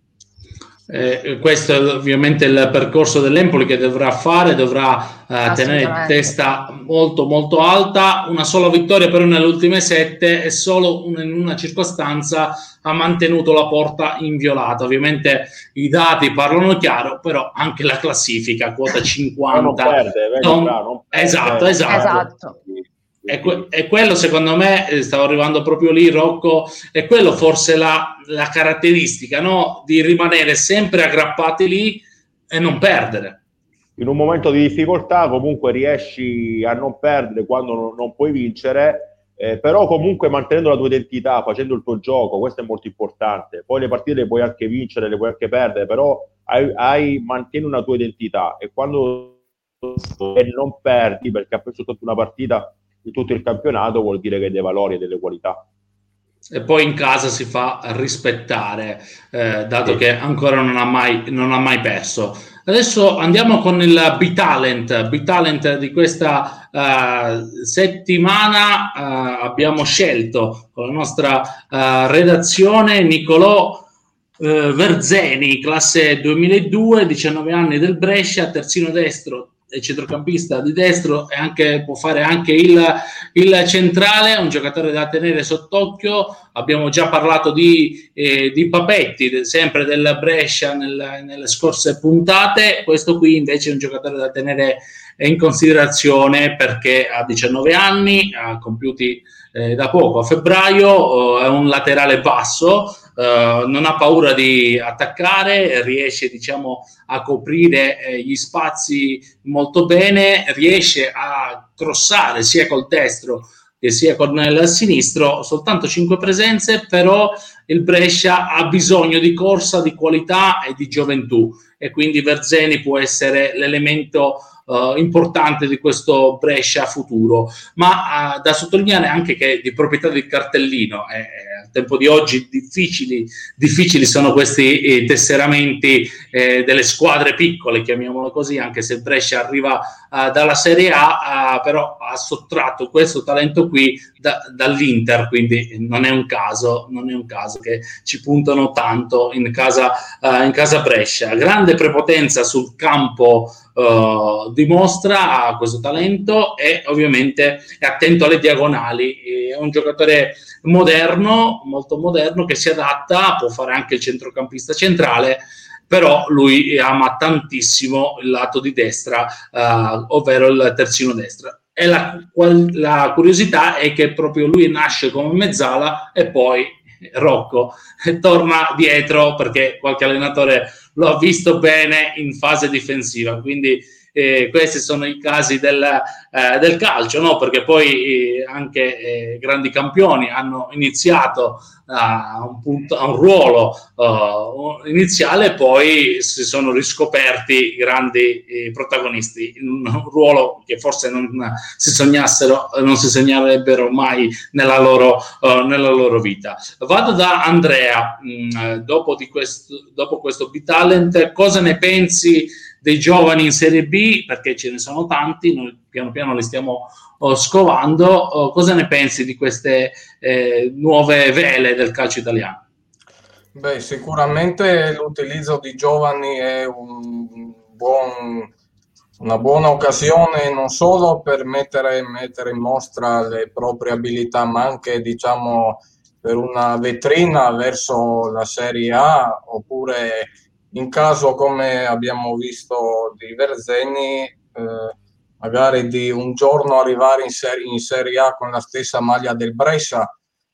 Eh, questo è ovviamente il percorso dell'Empoli che dovrà fare, dovrà eh, tenere testa molto molto alta. Una sola vittoria però nelle ultime sette, e solo un, in una circostanza ha mantenuto la porta inviolata. Ovviamente i dati parlano chiaro, però anche la classifica quota cinquanta non perde, vedi, non... bravo, non perde, esatto, esatto, esatto. E, que- e quello secondo me, stavo arrivando proprio lì Rocco, è quello forse la, la caratteristica, no? Di rimanere sempre aggrappati lì e non perdere. In un momento di difficoltà comunque riesci a non perdere quando non, non puoi vincere, eh, però comunque mantenendo la tua identità, facendo il tuo gioco, questo è molto importante. Poi le partite le puoi anche vincere, le puoi anche perdere, però hai, hai, mantieni una tua identità, e quando e non perdi perché ha perso tutta una partita di tutto il campionato, vuol dire che hai dei valori e delle qualità. e poi in casa si fa rispettare, eh, dato che ancora non ha mai, non ha mai perso. Adesso andiamo con il B-Talent, B-Talent di questa uh, settimana. Uh, abbiamo scelto con la nostra uh, redazione Nicolò uh, Verzeni, classe duemiladue, diciannove anni, del Brescia, terzino destro e centrocampista di destro, e anche, può fare anche il, il centrale, un giocatore da tenere sott'occhio. Abbiamo già parlato di, eh, di Papetti, sempre del Brescia nel, nelle scorse puntate. Questo qui invece è un giocatore da tenere in considerazione perché ha diciannove anni, ha compiuti eh, da poco, a febbraio, oh, è un laterale basso, Uh, non ha paura di attaccare, riesce, diciamo, a coprire eh, gli spazi molto bene, riesce a crossare sia col destro che sia con il sinistro. Soltanto cinque presenze, però il Brescia ha bisogno di corsa, di qualità e di gioventù, e quindi Verzeni può essere l'elemento uh, importante di questo Brescia futuro. Ma uh, da sottolineare anche che di proprietà del cartellino, eh, al tempo di oggi difficili, difficili sono questi eh, tesseramenti eh, delle squadre piccole, chiamiamolo così, anche se Brescia arriva uh, dalla Serie A, uh, però ha sottratto questo talento qui da, dall'Inter, quindi non è un caso, non è un caso che ci puntano tanto in casa, uh, in casa Brescia. Grande prepotenza sul campo uh, dimostra questo talento, e ovviamente è attento alle diagonali, è un giocatore moderno, molto moderno, che si adatta, può fare anche il centrocampista centrale, però lui ama tantissimo il lato di destra, uh, ovvero il terzino destra. E la, la curiosità è che proprio lui nasce come mezzala e poi Rocco torna dietro perché qualche allenatore lo ha visto bene in fase difensiva. Quindi eh, questi sono i casi del, eh, del calcio, no? Perché poi eh, anche eh, grandi campioni hanno iniziato a un, punto, a un ruolo uh, iniziale, e poi si sono riscoperti grandi eh, protagonisti in un ruolo che forse non si sognassero, non si sognerebbero mai nella loro, uh, nella loro vita. Vado da Andrea. Mh, dopo, di questo, dopo questo B-Talent, cosa ne pensi dei giovani in Serie B? Perché ce ne sono tanti, noi piano piano li stiamo oh, scovando. Oh, cosa ne pensi di queste eh, nuove vele del calcio italiano? Beh, sicuramente l'utilizzo di giovani è un buon, una buona occasione non solo per mettere, mettere in mostra le proprie abilità, ma anche, diciamo, per una vetrina verso la Serie A, oppure in caso, come abbiamo visto di Verzeni, eh, magari di un giorno arrivare in serie, in Serie A con la stessa maglia del Brescia.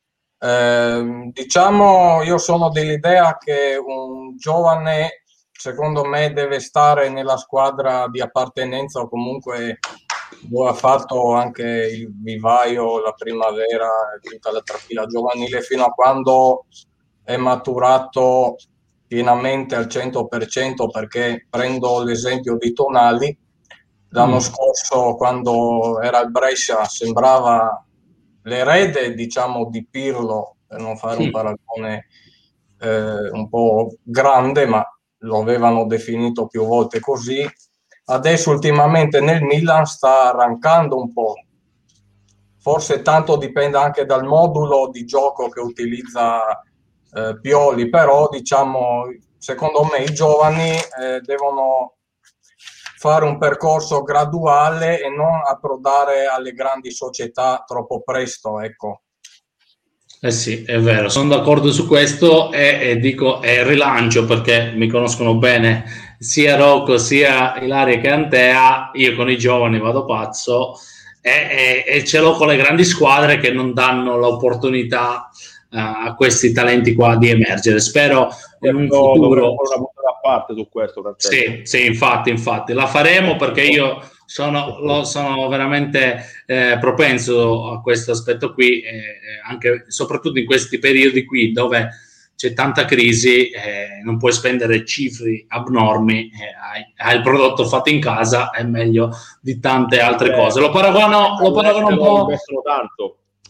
Eh, diciamo, io sono dell'idea che un giovane, secondo me, deve stare nella squadra di appartenenza, o comunque dove ha fatto anche il vivaio, la primavera, tutta la trafila giovanile, fino a quando è maturato pienamente al cento per cento. Perché prendo l'esempio di Tonali. L'anno mm. scorso, quando era al Brescia, sembrava l'erede, diciamo, di Pirlo, per non fare sì. un paragone eh, un po' grande, ma lo avevano definito più volte così. Adesso ultimamente nel Milan sta arrancando un po'. Forse tanto dipende anche dal modulo di gioco che utilizza eh, Pioli, però, diciamo, secondo me i giovani eh, devono fare un percorso graduale e non approdare alle grandi società troppo presto, ecco. Eh sì, è vero, sono d'accordo su questo, e, e dico è rilancio, perché mi conoscono bene sia Rocco sia Ilaria che Antea. Io con i giovani vado pazzo, e, e, e ce l'ho con le grandi squadre che non danno l'opportunità uh, a questi talenti qua di emergere. Spero in un futuro a parte su questo. Sì, sì, infatti, infatti la faremo, perché io sono, lo, sono veramente eh, propenso a questo aspetto qui, eh, anche soprattutto in questi periodi qui dove c'è tanta crisi, eh, non puoi spendere cifre abnormi, eh, hai, hai il prodotto fatto in casa, è meglio di tante altre eh, cose. Lo paragono, lo paragono un po'. Tanto.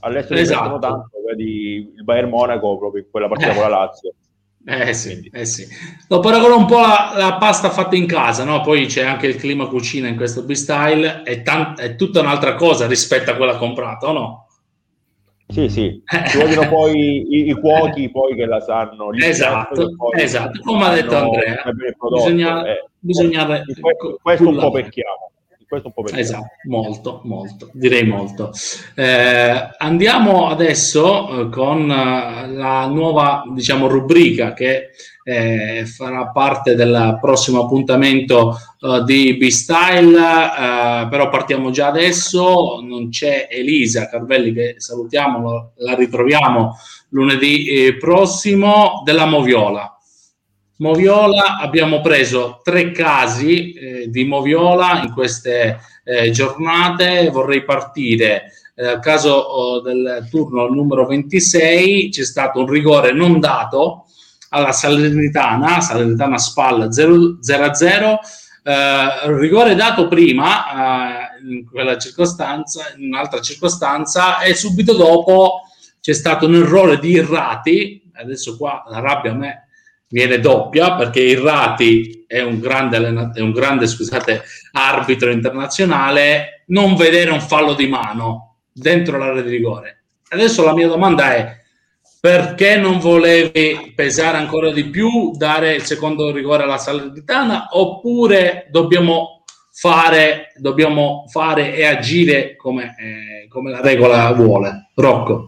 all'estero esatto. investono tanto, vedi il Bayern Monaco proprio in quella partita eh. con la Lazio. Eh sì, eh sì. Lo paragono un po' la, la pasta fatta in casa, no? Poi c'è anche il clima cucina in questo B-Style, è, tan- è tutta un'altra cosa rispetto a quella comprata, o no? Sì, sì, ci vogliono poi i, i cuochi poi che la sanno, gli esatto, chef che poi esatto, come ha detto Andrea, bisogna, eh, bisogna in questo, questo un po' pecchiamo. Questo un po' pecchiamo. Esatto, molto, molto, direi molto. Eh, andiamo adesso eh, con eh, la nuova, diciamo, rubrica che eh, farà parte del prossimo appuntamento eh, di B-Style, eh, però partiamo già adesso. Non c'è Elisa Carvelli, che salutiamo, la ritroviamo lunedì eh, prossimo, della Moviola. Moviola, abbiamo preso tre casi eh, di Moviola in queste eh, giornate. Vorrei partire eh, caso oh, del turno numero ventisei. C'è stato un rigore non dato alla Salernitana, Salernitana Spal zero a zero, eh, rigore dato prima eh, in quella circostanza, in un'altra circostanza, e subito dopo c'è stato un errore di Irrati. Adesso qua la rabbia a me viene doppia, perché Irrati è un grande, è un grande scusate, arbitro internazionale. Non vedere un fallo di mano dentro l'area di rigore. Adesso la mia domanda è: perché non volevi pesare ancora di più, dare il secondo rigore alla Salernitana, oppure dobbiamo fare, dobbiamo fare e agire come, eh, come la regola vuole? Rocco.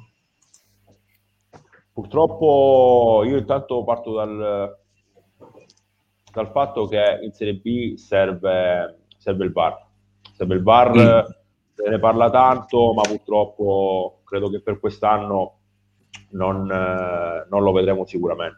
Purtroppo io intanto parto dal, dal fatto che in Serie B serve, serve il V A R. Serve il V A R, mm. se ne parla tanto, ma purtroppo credo che per quest'anno non, eh, non lo vedremo sicuramente.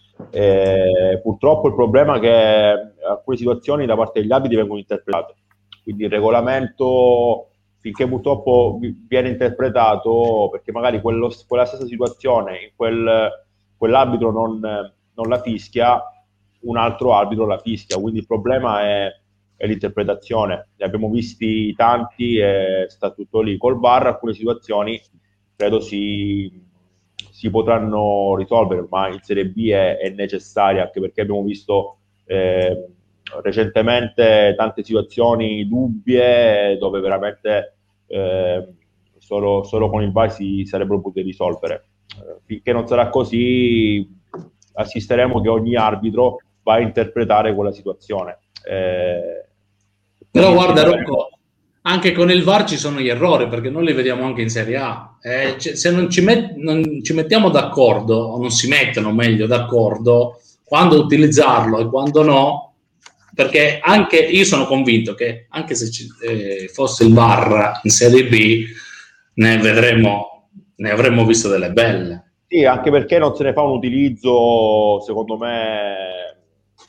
E purtroppo il problema è che alcune situazioni da parte degli arbitri vengono interpretate. Quindi il regolamento, finché purtroppo viene interpretato, perché magari quello, quella stessa situazione in quel, quell'arbitro non, non la fischia, un altro arbitro la fischia, quindi il problema è, è l'interpretazione. Ne abbiamo visti tanti e sta tutto lì. Col V A R alcune situazioni credo si, si potranno risolvere, ma in Serie B è, è necessaria, anche perché abbiamo visto eh, recentemente tante situazioni dubbie dove veramente eh, solo, solo con il V A R si sarebbero potute risolvere. Eh, finché non sarà così, assisteremo che ogni arbitro va a interpretare quella situazione. Eh, però guarda Rocco, anche con il V A R ci sono gli errori, perché noi li vediamo anche in Serie A. Eh, cioè, se non ci, met- non ci mettiamo d'accordo, o non si mettono meglio d'accordo, quando utilizzarlo e quando no, perché anche io sono convinto che anche se ci, eh, fosse il V A R in Serie B, ne vedremo, ne avremmo visto delle belle. Sì, anche perché non se ne fa un utilizzo, secondo me,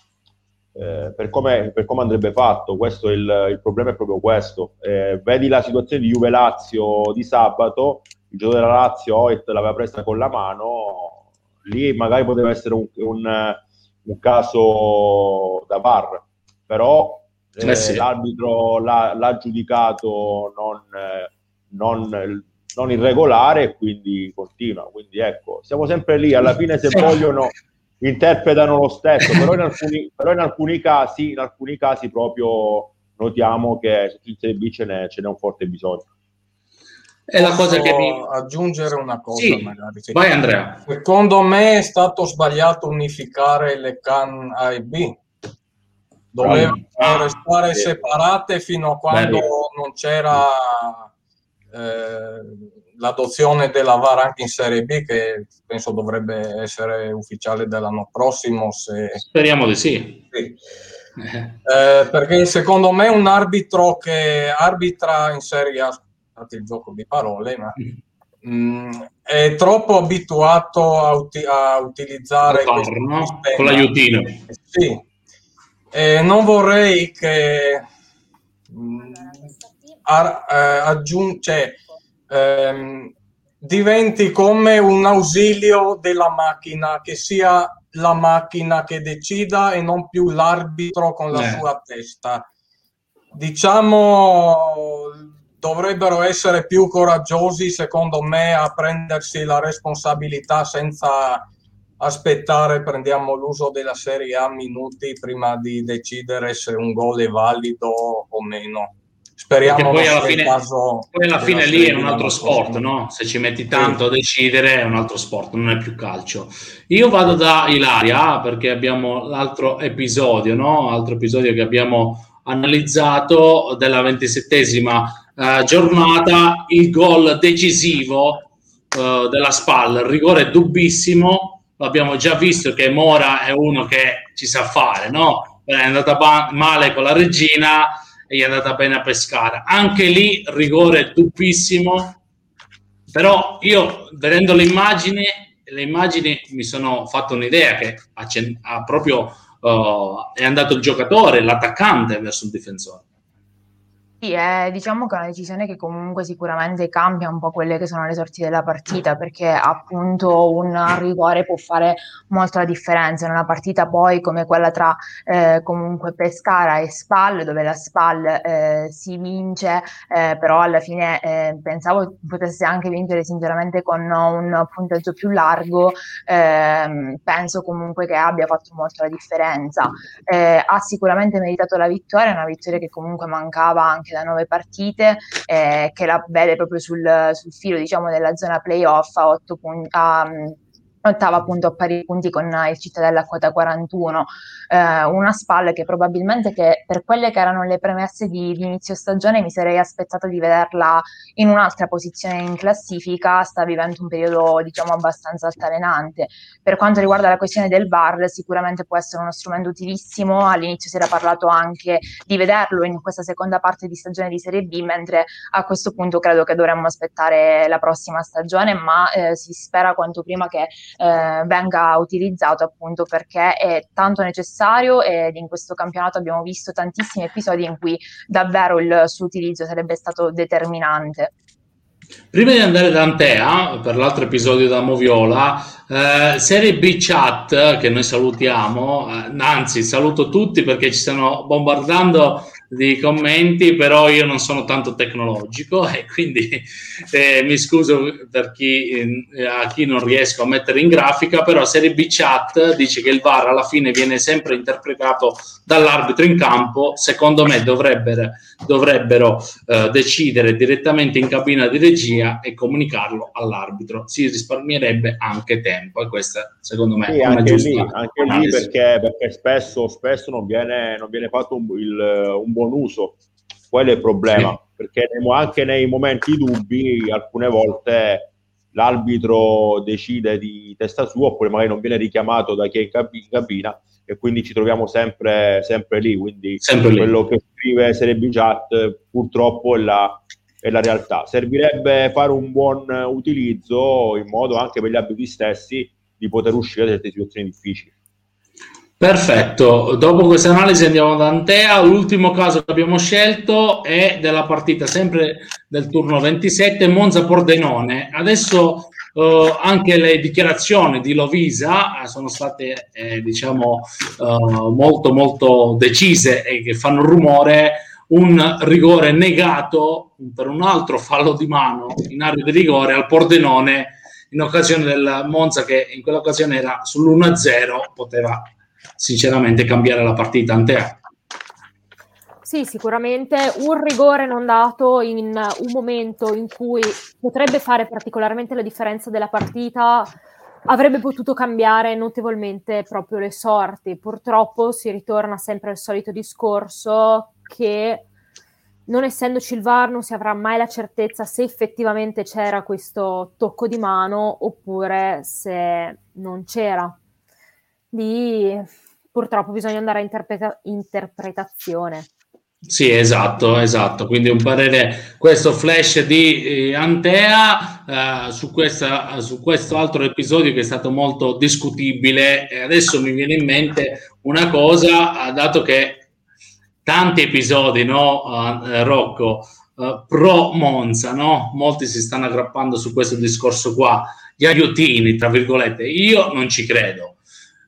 eh, per, come, per come andrebbe fatto. Questo è il, il problema è proprio questo. Eh, vedi la situazione di Juve-Lazio di sabato, il gioco della Lazio Oit l'aveva presa con la mano, lì magari poteva essere un, un, un caso da V A R, però eh, eh sì. l'arbitro l'ha, l'ha giudicato non, eh, non, non irregolare e quindi continua. Quindi ecco, siamo sempre lì, alla fine se vogliono interpretano lo stesso, però in alcuni, però in alcuni casi in alcuni casi proprio notiamo che in Serie B ce n'è, ce n'è un forte bisogno. È la cosa che mi... aggiungere una cosa, sì, magari. Sì. Vai Andrea. Secondo me è stato sbagliato unificare le can A e B. Dovevano ah, restare sì. separate fino a quando Beh, non c'era eh, l'adozione della V A R anche in Serie B, che penso dovrebbe essere ufficiale dell'anno prossimo. Se... Speriamo di sì. sì. Eh, perché secondo me un arbitro che arbitra in Serie A, il gioco di parole, ma mh, è troppo abituato a, uti- a utilizzare V A R, no? Con l'aiutino. Sì. E non vorrei che mh, a, eh, aggiung- cioè, ehm, diventi come un ausilio della macchina, che sia la macchina che decida e non più l'arbitro con la eh. sua testa. Diciamo, dovrebbero essere più coraggiosi, secondo me, a prendersi la responsabilità senza aspettare, prendiamo l'uso della Serie A minuti prima di decidere se un gol è valido o meno. Speriamo poi che alla sia fine, il caso poi alla fine della lì è Serie un B altro l'anno sport, prossimo. no? Se ci metti tanto a decidere è un altro sport, non è più calcio. Io vado da Ilaria perché abbiamo l'altro episodio, no? Altro episodio che abbiamo analizzato della ventisettesima eh, giornata, il gol decisivo eh, della Spal, il rigore dubbissimo. L'abbiamo già visto che Mora è uno che ci sa fare, no? È andata ba- male con la regina e gli è andata bene a pescare. Anche lì rigore dubbissimo, però io vedendo le immagini, le immagini mi sono fatto un'idea che ha, ha proprio uh, è andato il giocatore, l'attaccante verso il difensore. Sì, è, diciamo che è una decisione che comunque sicuramente cambia un po' quelle che sono le sorti della partita, perché appunto un rigore può fare molto la differenza in una partita poi come quella tra eh, comunque Pescara e Spal, dove la Spal eh, si vince, eh, però alla fine eh, pensavo potesse anche vincere sinceramente con un punteggio più largo, eh, penso comunque che abbia fatto molto la differenza. Eh, ha sicuramente meritato la vittoria, una vittoria che comunque mancava anche da nove partite, eh, che la vede proprio sul, sul filo, diciamo, della zona playoff a otto punti. A, ottava appunto a pari punti con il Cittadella a quota quarantuno, eh, una Spal che probabilmente che per quelle che erano le premesse di, di inizio stagione mi sarei aspettato di vederla in un'altra posizione in classifica, sta vivendo un periodo diciamo abbastanza altalenante. Per quanto riguarda la questione del V A R, sicuramente può essere uno strumento utilissimo, all'inizio si era parlato anche di vederlo in questa seconda parte di stagione di Serie B, mentre a questo punto credo che dovremmo aspettare la prossima stagione, ma eh, si spera quanto prima che Eh, venga utilizzato, appunto perché è tanto necessario, ed in questo campionato abbiamo visto tantissimi episodi in cui davvero il suo utilizzo sarebbe stato determinante. Prima di andare da Antea per l'altro episodio da Moviola, eh, Serie B Chat che noi salutiamo, eh, anzi saluto tutti perché ci stanno bombardando di commenti, però io non sono tanto tecnologico e quindi eh, mi scuso per chi, eh, a chi non riesco a mettere in grafica, però Serie B Chat dice che il V A R alla fine viene sempre interpretato dall'arbitro in campo. Secondo me dovrebbero, dovrebbero eh, decidere direttamente in cabina di regia e comunicarlo all'arbitro, si risparmierebbe anche tempo, e questa secondo me sì, è una anche giusta lì, anche lì perché, perché spesso, spesso non viene, non viene fatto un, il, un buon uso, quello è il problema, sì. Perché anche nei momenti dubbi alcune volte l'arbitro decide di testa sua oppure magari non viene richiamato da chi è in cabina e quindi ci troviamo sempre, sempre lì, quindi sempre quello lì. Che scrive Serie B Chat purtroppo è la, è la realtà. Servirebbe fare un buon utilizzo in modo anche per gli arbitri stessi di poter uscire da certe situazioni difficili. Perfetto, dopo questa analisi andiamo ad Antea. L'ultimo caso che abbiamo scelto è della partita sempre del turno ventisette, Monza-Pordenone. Adesso eh, anche le dichiarazioni di Lovisa sono state eh, diciamo eh, molto molto decise e che fanno rumore. Un rigore negato per un altro fallo di mano in area di rigore al Pordenone in occasione del Monza, che in quell'occasione era sull'uno a zero, poteva sinceramente cambiare la partita. Antea. Sì, sicuramente un rigore non dato in un momento in cui potrebbe fare particolarmente la differenza della partita avrebbe potuto cambiare notevolmente proprio le sorti. Purtroppo si ritorna sempre al solito discorso che non essendoci il V A R non si avrà mai la certezza se effettivamente c'era questo tocco di mano oppure se non c'era. Lì purtroppo bisogna andare a interpreta- interpretazione. Sì, esatto, esatto. Quindi un parere, questo flash di eh, Antea eh, su, questa, su questo altro episodio che è stato molto discutibile. E adesso mi viene in mente una cosa, dato che tanti episodi, no, uh, Rocco, uh, pro Monza, no? Molti si stanno aggrappando su questo discorso qua, gli aiutini, tra virgolette. Io non ci credo,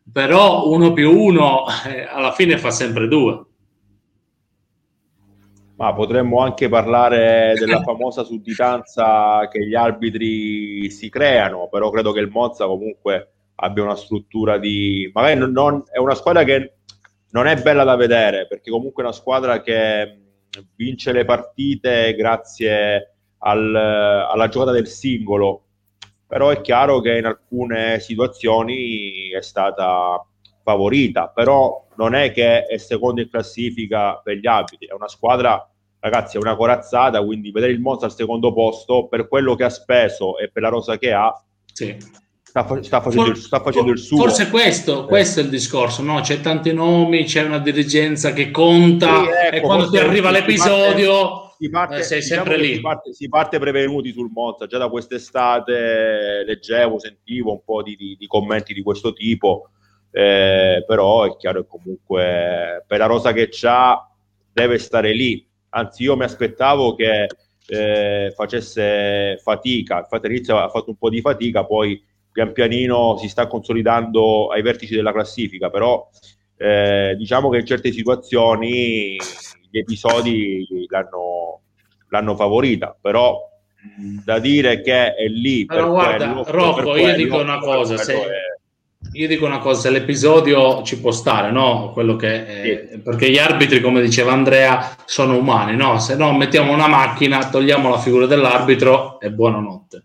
però uno più uno eh, alla fine fa sempre due. Ma potremmo anche parlare della famosa sudditanza che gli arbitri si creano, però credo che il Monza comunque abbia una struttura di... magari non, non- è una squadra che non è bella da vedere, perché comunque è una squadra che vince le partite grazie al- alla giocata del singolo, però è chiaro che in alcune situazioni è stata favorita, però non è che è secondo in classifica per gli arbitri, è una squadra, ragazzi, è una corazzata, quindi vedere il Monza al secondo posto per quello che ha speso e per la rosa che ha, Sì. sta, fa- sta facendo, il, sta facendo il suo. Forse questo, Eh. questo è il discorso, no? C'è tanti nomi, c'è una dirigenza che conta, Sì, ecco, e quando ti forse arriva si l'episodio si parte, eh, sei diciamo sempre che lì. si parte, si parte prevenuti sul Monza. Già da quest'estate leggevo, sentivo un po' di, di- di commenti di questo tipo, eh, però è chiaro che comunque per la rosa che c'ha deve stare lì. Anzi, io mi aspettavo che eh, facesse fatica. Infatti all'inizio ha fatto un po' di fatica, poi pian pianino si sta consolidando ai vertici della classifica, però eh, diciamo che in certe situazioni gli episodi l'hanno, l'hanno favorita, però mh, da dire che è lì per Allora, guarda, quello, per Rocco, io quello, dico una per cosa, quello se, è- io dico una cosa, se l'episodio ci può stare, no? Quello che, eh, perché gli arbitri, come diceva Andrea, sono umani, no? Se no mettiamo una macchina, togliamo la figura dell'arbitro e buonanotte.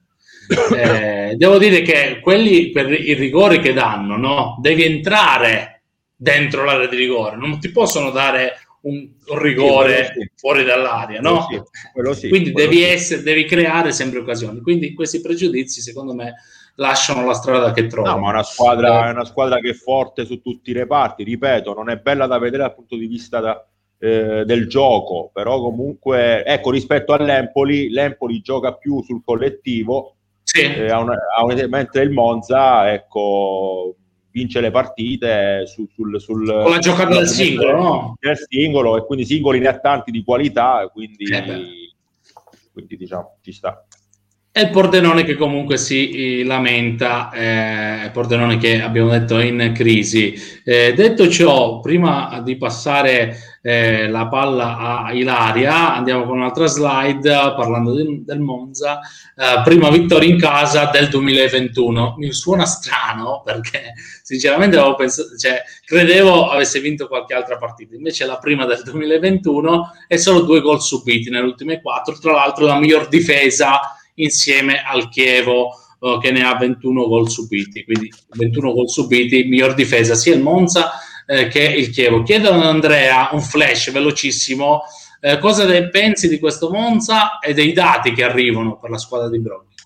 Eh, devo dire che quelli per i rigori che danno, no? Devi entrare dentro l'area di rigore, non ti possono dare un, un rigore Sì, quello sì. fuori dall'area, Quello no? sì, quello sì, Quindi quello devi, sì. essere, devi creare sempre occasioni. Quindi questi pregiudizi, secondo me, lasciano la strada che No, trovano. ma è una squadra, Eh, è una squadra che è forte su tutti i reparti, ripeto, non è bella da vedere dal punto di vista da- eh, del gioco, però comunque, ecco, rispetto all'Empoli, l'Empoli gioca più sul collettivo, sì. eh, ha una- ha un- mentre il Monza, ecco, vince le partite su- sul, sul, Con la giocata sulla del premessa singolo, del- no? del singolo, e quindi singoli ne ha tanti di qualità, quindi, Eh beh. quindi diciamo, ci sta. È il Pordenone che comunque si eh, lamenta, eh, Pordenone che abbiamo detto è in crisi. Eh, detto ciò, prima di passare eh, la palla a Ilaria, andiamo con un'altra slide parlando del, del Monza. Eh, prima vittoria in casa del duemilaventuno. Mi suona strano perché sinceramente avevo pensato, cioè, credevo avesse vinto qualche altra partita, invece è la prima del duemilaventuno e solo due gol subiti nelle ultime quattro, tra l'altro la miglior difesa insieme al Chievo eh, che ne ha ventuno gol subiti, quindi ventuno gol subiti, miglior difesa sia il Monza eh, che il Chievo. Chiedo ad Andrea un flash velocissimo, eh, cosa ne pensi di questo Monza e dei dati che arrivano per la squadra di Broglie?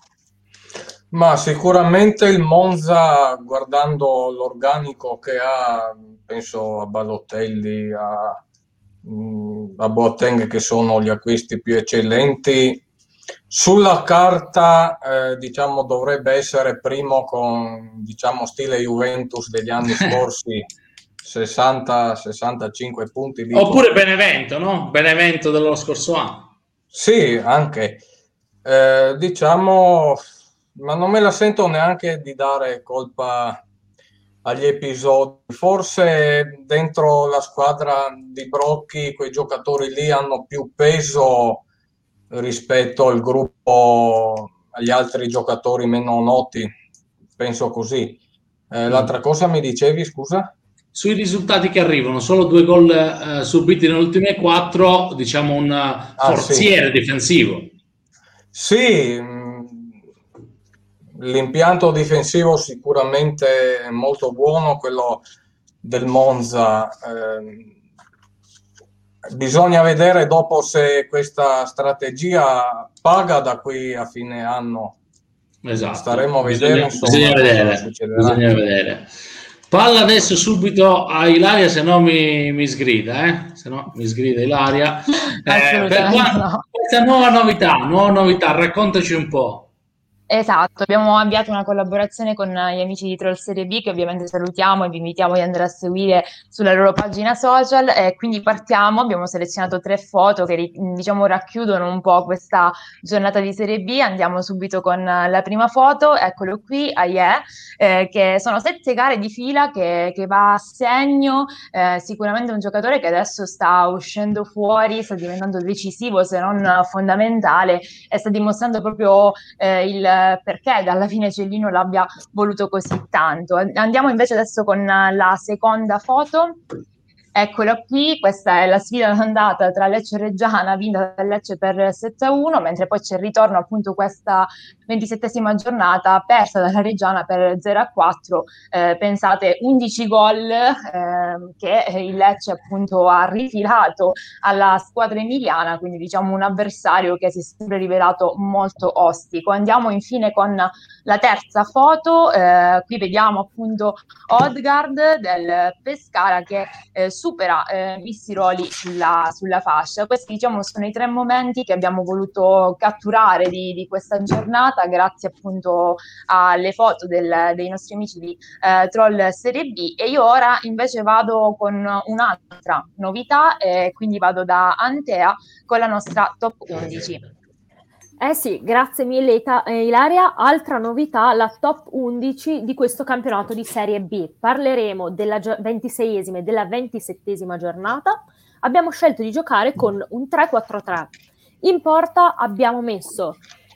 Ma sicuramente il Monza, guardando l'organico che ha, penso a Balotelli, a, mh, a Boateng, che sono gli acquisti più eccellenti, sulla carta eh, diciamo dovrebbe essere primo con, diciamo, stile Juventus degli anni scorsi, sessanta sessantacinque punti. Dico. Oppure Benevento, no? Benevento dello scorso anno. Sì, anche. Eh, diciamo, ma non me la sento neanche di dare colpa agli episodi. Forse dentro la squadra di Brocchi quei giocatori lì hanno più peso rispetto al gruppo, agli altri giocatori meno noti, penso così. Eh, l'altra cosa mi dicevi, scusa? Sui risultati che arrivano, solo due gol eh, subiti nelle ultime quattro, diciamo un Ah, forziere sì. difensivo. Sì, mh, l'impianto difensivo sicuramente è molto buono, quello del Monza. Eh, bisogna vedere dopo se questa strategia paga da qui a fine anno. Esatto. Staremo a Bisogna, vedere, insomma, bisogna cosa vedere, succederà. bisogna vedere. Palla adesso subito a Ilaria, se no mi, mi sgrida, eh? Se no mi sgrida Ilaria. Eh, per Assolutamente qua- no. Questa nuova novità, nuova novità, raccontaci un po'. Esatto, abbiamo avviato una collaborazione con gli amici di Troll Serie B, che ovviamente salutiamo e vi invitiamo ad andare a seguire sulla loro pagina social. E quindi partiamo, abbiamo selezionato tre foto che diciamo racchiudono un po' questa giornata di Serie B. Andiamo subito con la prima foto, eccolo qui, Aie, eh, che sono sette gare di fila che, che va a segno, eh, sicuramente un giocatore che adesso sta uscendo fuori, sta diventando decisivo se non fondamentale, e sta dimostrando proprio eh, il perché alla fine Cellino l'abbia voluto così tanto. Andiamo invece adesso con la seconda foto. Eccola qui, questa è la sfida d'andata tra Lecce e Reggiana, vinta dal Lecce per sette a uno, mentre poi c'è il ritorno, appunto, questa ventisettesima giornata persa dalla Reggiana per zero a quattro. Eh, pensate, undici gol eh, che il Lecce appunto ha rifilato alla squadra emiliana, quindi diciamo un avversario che si è sempre rivelato molto ostico. Andiamo infine con la terza foto, eh, qui vediamo appunto Odgaard del Pescara che eh, supera eh, Missiroli sulla, sulla fascia. Questi diciamo sono i tre momenti che abbiamo voluto catturare di, di questa giornata, grazie appunto alle foto del, dei nostri amici di eh, Troll Serie B. E io ora invece vado con un'altra novità, e quindi vado da Antea con la nostra top undici. Eh sì, grazie mille Ita- eh, Ilaria. Altra novità, la top undici di questo campionato di Serie B. Parleremo della gio- ventiseiesima e della ventisettesima giornata. Abbiamo scelto di giocare con un tre quattro tre. In porta abbiamo messo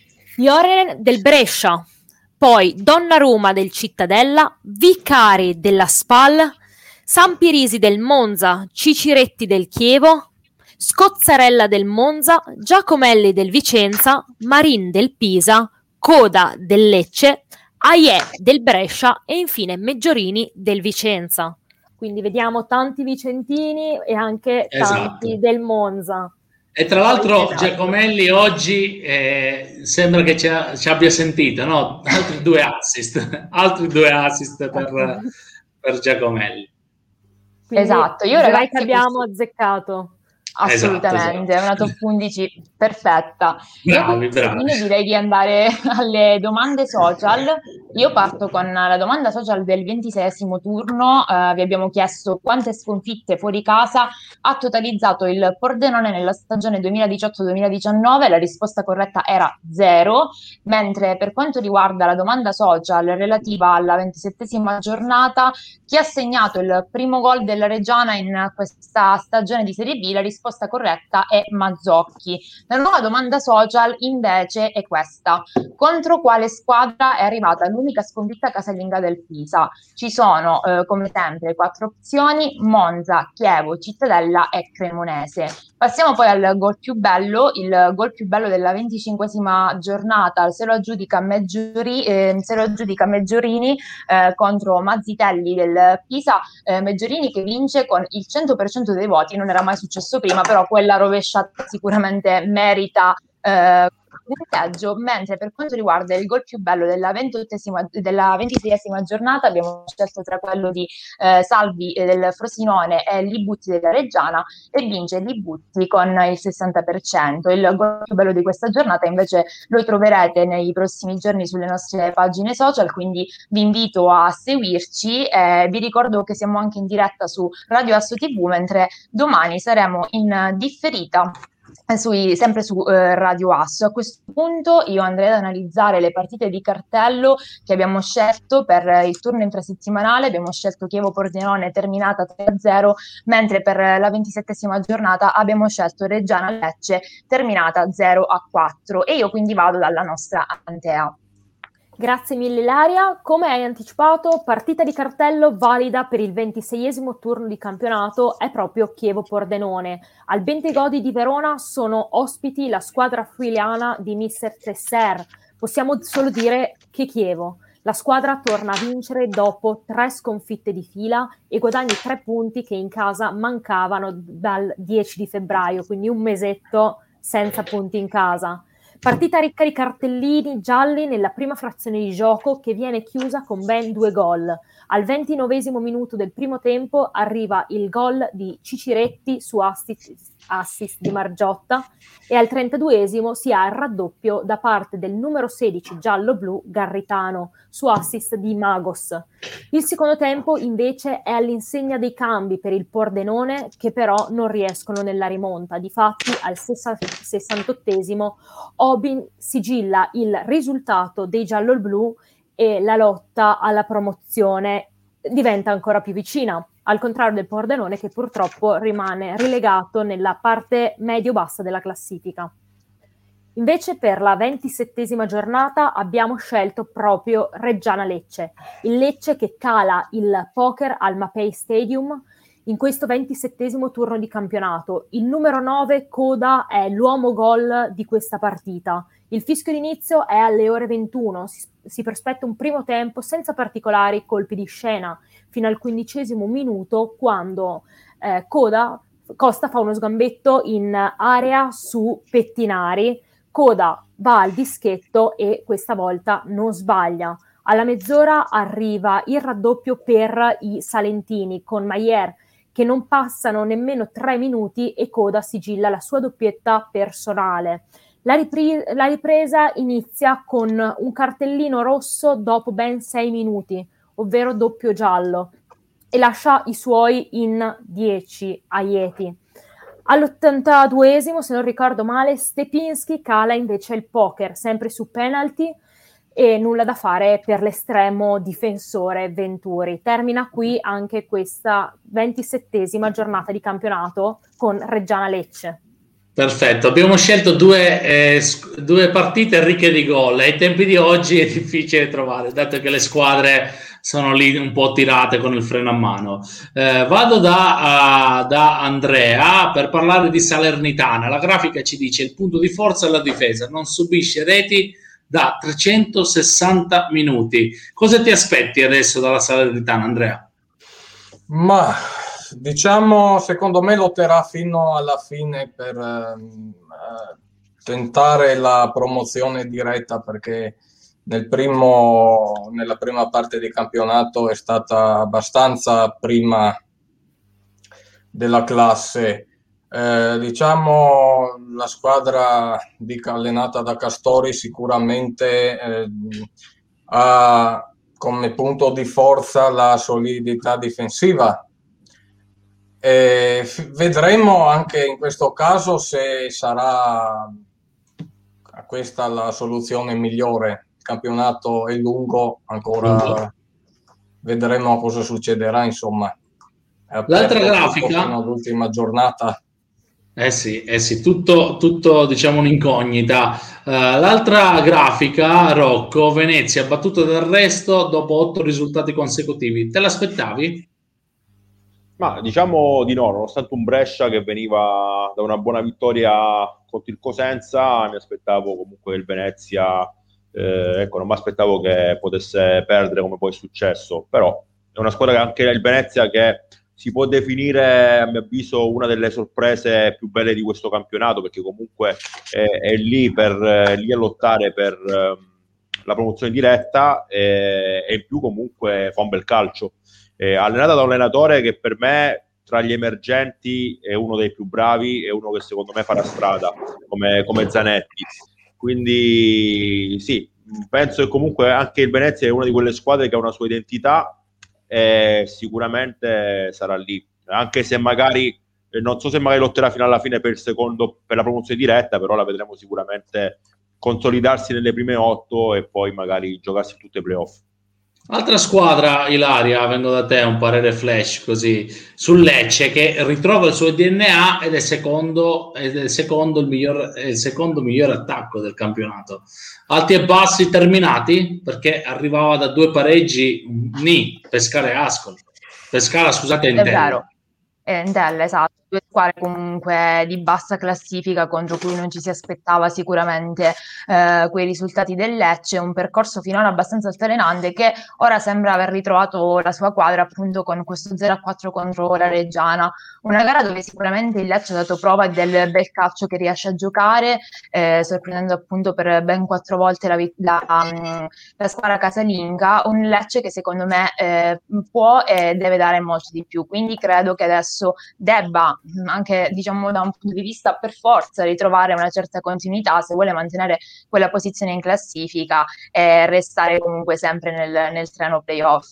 Joren del Brescia, poi Donnarumma del Cittadella, Vicari della Spal, Sampirisi del Monza, Ciciretti del Chievo, Scozzarella del Monza, Giacomelli del Vicenza, Marin del Pisa, Coda del Lecce, Aie del Brescia e infine Meggiorini del Vicenza. Quindi vediamo tanti vicentini e anche Esatto. tanti del Monza. E tra l'altro Esatto. Giacomelli oggi eh, sembra che ci, ha, ci abbia sentito, no? Altri due assist, altri due assist per, per Giacomelli. Quindi Esatto, io direi ragazzi che abbiamo questo... azzeccato. Assolutamente, Esatto, è una top undici perfetta. Io a Bravi, questo bravi. punto direi di andare alle domande social. Io parto con la domanda social del ventiseiesimo turno. Eh, vi abbiamo chiesto quante sconfitte fuori casa ha totalizzato il Pordenone nella stagione duemiladiciotto duemiladiciannove. La risposta corretta era zero, mentre per quanto riguarda la domanda social relativa alla ventisettesima giornata, chi ha segnato il primo gol della Reggiana in questa stagione di Serie B, la risposta corretta è Mazzocchi. La nuova domanda social invece è questa: contro quale squadra è arrivata l'unica sconfitta casalinga del Pisa? Ci sono eh, come sempre quattro opzioni: Monza, Chievo, Cittadella e Cremonese. Passiamo poi al gol più bello. Il gol più bello della venticinquesima giornata se lo aggiudica, Meggiori, eh, se lo aggiudica Meggiorini eh, contro Mazzitelli del Pisa. eh, Meggiorini che vince con il cento per cento dei voti, non era mai successo prima, però quella rovesciata sicuramente merita eh, punteggio. Mentre per quanto riguarda il gol più bello della ventottesima della ventiseiesima giornata, abbiamo scelto tra quello di eh, Salvi eh, del Frosinone e Libutti della Reggiana, e vince Libutti con il sessanta per cento. Il gol più bello di questa giornata invece lo troverete nei prossimi giorni sulle nostre pagine social, quindi vi invito a seguirci. Eh, vi ricordo che siamo anche in diretta su Radio Asso tivù, mentre domani saremo in differita Sui, sempre su eh, Radio Asso. A questo punto io andrei ad analizzare le partite di cartello che abbiamo scelto per il turno infrasettimanale. Abbiamo scelto Chievo Pordenone terminata tre a zero, mentre per la ventisettesima giornata abbiamo scelto Reggiana Lecce terminata zero a quattro, e io quindi vado dalla nostra Antea. Grazie mille Ilaria. Come hai anticipato, partita di cartello valida per il ventiseiesimo turno di campionato è proprio Chievo Pordenone. Al Bentegodi di Verona sono ospiti la squadra friulana di mister Tesser. Possiamo solo dire che Chievo. La squadra torna a vincere dopo tre sconfitte di fila e guadagna tre punti che in casa mancavano dal dieci di febbraio, quindi un mesetto senza punti in casa. Partita ricca di cartellini gialli nella prima frazione di gioco, che viene chiusa con ben due gol. Al ventinovesimo minuto del primo tempo arriva il gol di Ciciretti su assist, assist di Margiotta, e al trentaduesimo si ha il raddoppio da parte del numero sedici giallo-blu Garritano su assist di Magos. Il secondo tempo invece è all'insegna dei cambi per il Pordenone, che però non riescono nella rimonta. Difatti al sessantottesimo Obin sigilla il risultato dei giallo-blu e la lotta alla promozione diventa ancora più vicina, al contrario del Pordenone, che purtroppo rimane relegato nella parte medio-bassa della classifica. Invece per la ventisettesima giornata abbiamo scelto proprio Reggiana-Lecce, il Lecce che cala il Poker al Mapei Stadium in questo ventisettesimo turno di campionato. Il numero nove, Coda, è l'uomo gol di questa partita. Il fischio d'inizio è alle ore ventuno, si, si prospetta un primo tempo senza particolari colpi di scena, fino al quindicesimo minuto, quando eh, Coda, Costa fa uno sgambetto in area su Pettinari. Coda va al dischetto e questa volta non sbaglia. Alla mezz'ora arriva il raddoppio per i salentini con Maier, che non passano nemmeno tre minuti e Coda sigilla la sua doppietta personale. La, ripri- la ripresa inizia con un cartellino rosso dopo ben sei minuti, ovvero doppio giallo, e lascia i suoi in dieci a Ieti. All'ottantaduesimo, se non ricordo male, Stepinski cala invece il Poker, sempre su penalty, e nulla da fare per l'estremo difensore Venturi. Termina qui anche questa ventisettesima giornata di campionato con Reggiana-Lecce. Perfetto, abbiamo scelto due, eh, due partite ricche di gol. Ai tempi di oggi è difficile trovare, dato che le squadre sono lì un po' tirate con il freno a mano. Eh, vado da, uh, da Andrea per parlare di Salernitana. La grafica ci dice il punto di forza è la difesa, non subisce reti da trecentosessanta minuti. Cosa ti aspetti adesso dalla Salernitana, Andrea? Ma diciamo, secondo me lotterà fino alla fine per eh, tentare la promozione diretta, perché nel primo, nella prima parte di campionato è stata abbastanza prima della classe. Eh, diciamo, la squadra di, allenata da Castori sicuramente eh, ha come punto di forza la solidità difensiva. E f- vedremo anche in questo caso se sarà questa la soluzione migliore. Il campionato è lungo, ancora lungo. Vedremo cosa succederà, insomma. L'altra grafica fino all'ultima giornata. Eh sì, eh sì, tutto, tutto diciamo un'incognita. Uh, l'altra grafica, Rocco, Venezia battuta dall'Resto dopo otto risultati consecutivi. Te l'aspettavi? Ma diciamo di no, nonostante un Brescia che veniva da una buona vittoria contro il Cosenza, mi aspettavo comunque che il Venezia, eh, ecco, non mi aspettavo che potesse perdere come poi è successo, però è una squadra che anche il Venezia che si può definire, a mio avviso, una delle sorprese più belle di questo campionato, perché comunque è, è lì, per, è lì a lottare per eh, la promozione diretta e, e in più comunque fa un bel calcio. Eh, allenata da un allenatore che per me tra gli emergenti è uno dei più bravi e uno che secondo me farà strada come, come Zanetti, quindi sì, penso che comunque anche il Venezia è una di quelle squadre che ha una sua identità e sicuramente sarà lì, anche se magari eh, non so se magari lotterà fino alla fine per il secondo, per la promozione diretta, però la vedremo sicuramente consolidarsi nelle prime otto e poi magari giocarsi tutte i playoff. Altra squadra, Ilaria, vengo da te, un parere flash così, sul Lecce che ritrova il suo D N A ed è secondo, ed è secondo il miglior, è il secondo miglior attacco del campionato. Alti e bassi terminati, perché arrivava da due pareggi, Ni, Pescara e Ascoli. Pescara, scusate, è vero, è Entella, esatto. Due squadre comunque di bassa classifica contro cui non ci si aspettava sicuramente eh, quei risultati del Lecce, un percorso finora abbastanza altalenante che ora sembra aver ritrovato la sua quadra appunto con questo zero a quattro contro la Reggiana, una gara dove sicuramente il Lecce ha dato prova del bel calcio che riesce a giocare, eh, sorprendendo appunto per ben quattro volte la, la, um, la squadra casalinga, un Lecce che secondo me eh, può e deve dare molto di più, quindi credo che adesso debba anche diciamo da un punto di vista per forza ritrovare una certa continuità se vuole mantenere quella posizione in classifica e restare comunque sempre nel, nel treno playoff.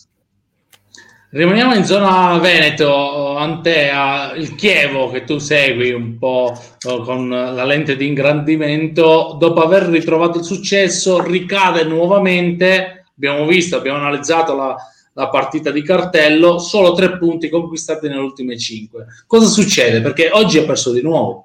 Rimaniamo in zona Veneto, Antea, il Chievo che tu segui un po' con la lente di ingrandimento, dopo aver ritrovato il successo ricade nuovamente, abbiamo visto, abbiamo analizzato la, la partita di cartello, solo tre punti conquistati nelle ultime cinque. Cosa succede? Perché oggi ha perso di nuovo.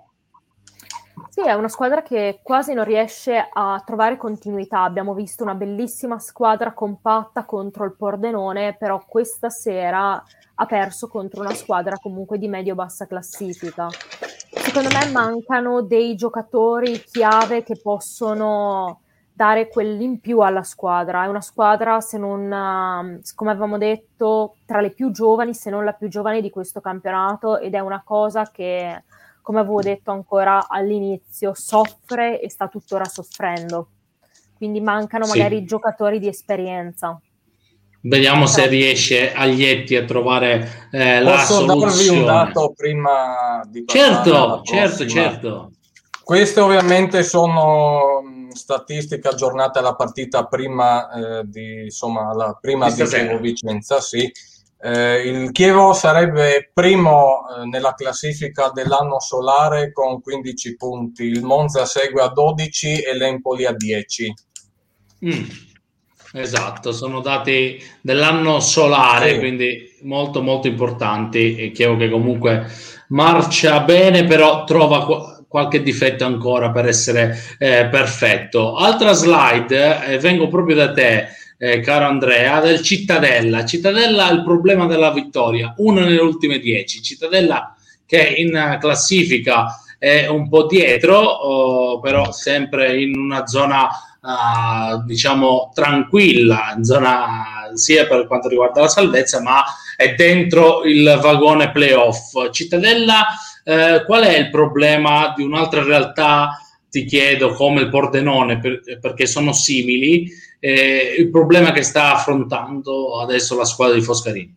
Sì, è una squadra che quasi non riesce a trovare continuità. Abbiamo visto una bellissima squadra compatta contro il Pordenone, però questa sera ha perso contro una squadra comunque di medio-bassa classifica. Secondo me mancano dei giocatori chiave che possono dare quell'in più alla squadra. È una squadra, se non, come avevamo detto, tra le più giovani, se non la più giovane di questo campionato, ed è una cosa che, come avevo detto ancora all'inizio, soffre e sta tuttora soffrendo. Quindi mancano Sì. magari giocatori di esperienza. Vediamo Però... se riesce Aglietti a trovare eh, la Posso soluzione. darvi un dato prima di passare Certo, alla certo, prossima? certo. Queste ovviamente sono mh, statistiche aggiornate alla partita prima eh, di, insomma, la prima Di di stasera. Chievo-Vicenza, sì. Eh, il Chievo sarebbe primo eh, nella classifica dell'anno solare con quindici punti, il Monza segue a dodici e l'Empoli a dieci. Mm, esatto, sono dati dell'anno solare, Sì. quindi molto molto importanti. E Chievo che comunque marcia bene, però trova qu- qualche difetto ancora per essere eh, perfetto. Altra slide, eh, vengo proprio da te, eh, caro Andrea, del Cittadella. Cittadella ha il problema della vittoria, uno nelle ultime dieci. Cittadella che in classifica è un po' dietro, oh, però sempre in una zona uh, diciamo tranquilla, in zona sia per quanto riguarda la salvezza, ma è dentro il vagone playoff. Cittadella, eh, qual è il problema di un'altra realtà, ti chiedo, come il Pordenone, per, perché sono simili, eh, il problema che sta affrontando adesso la squadra di Foscarini?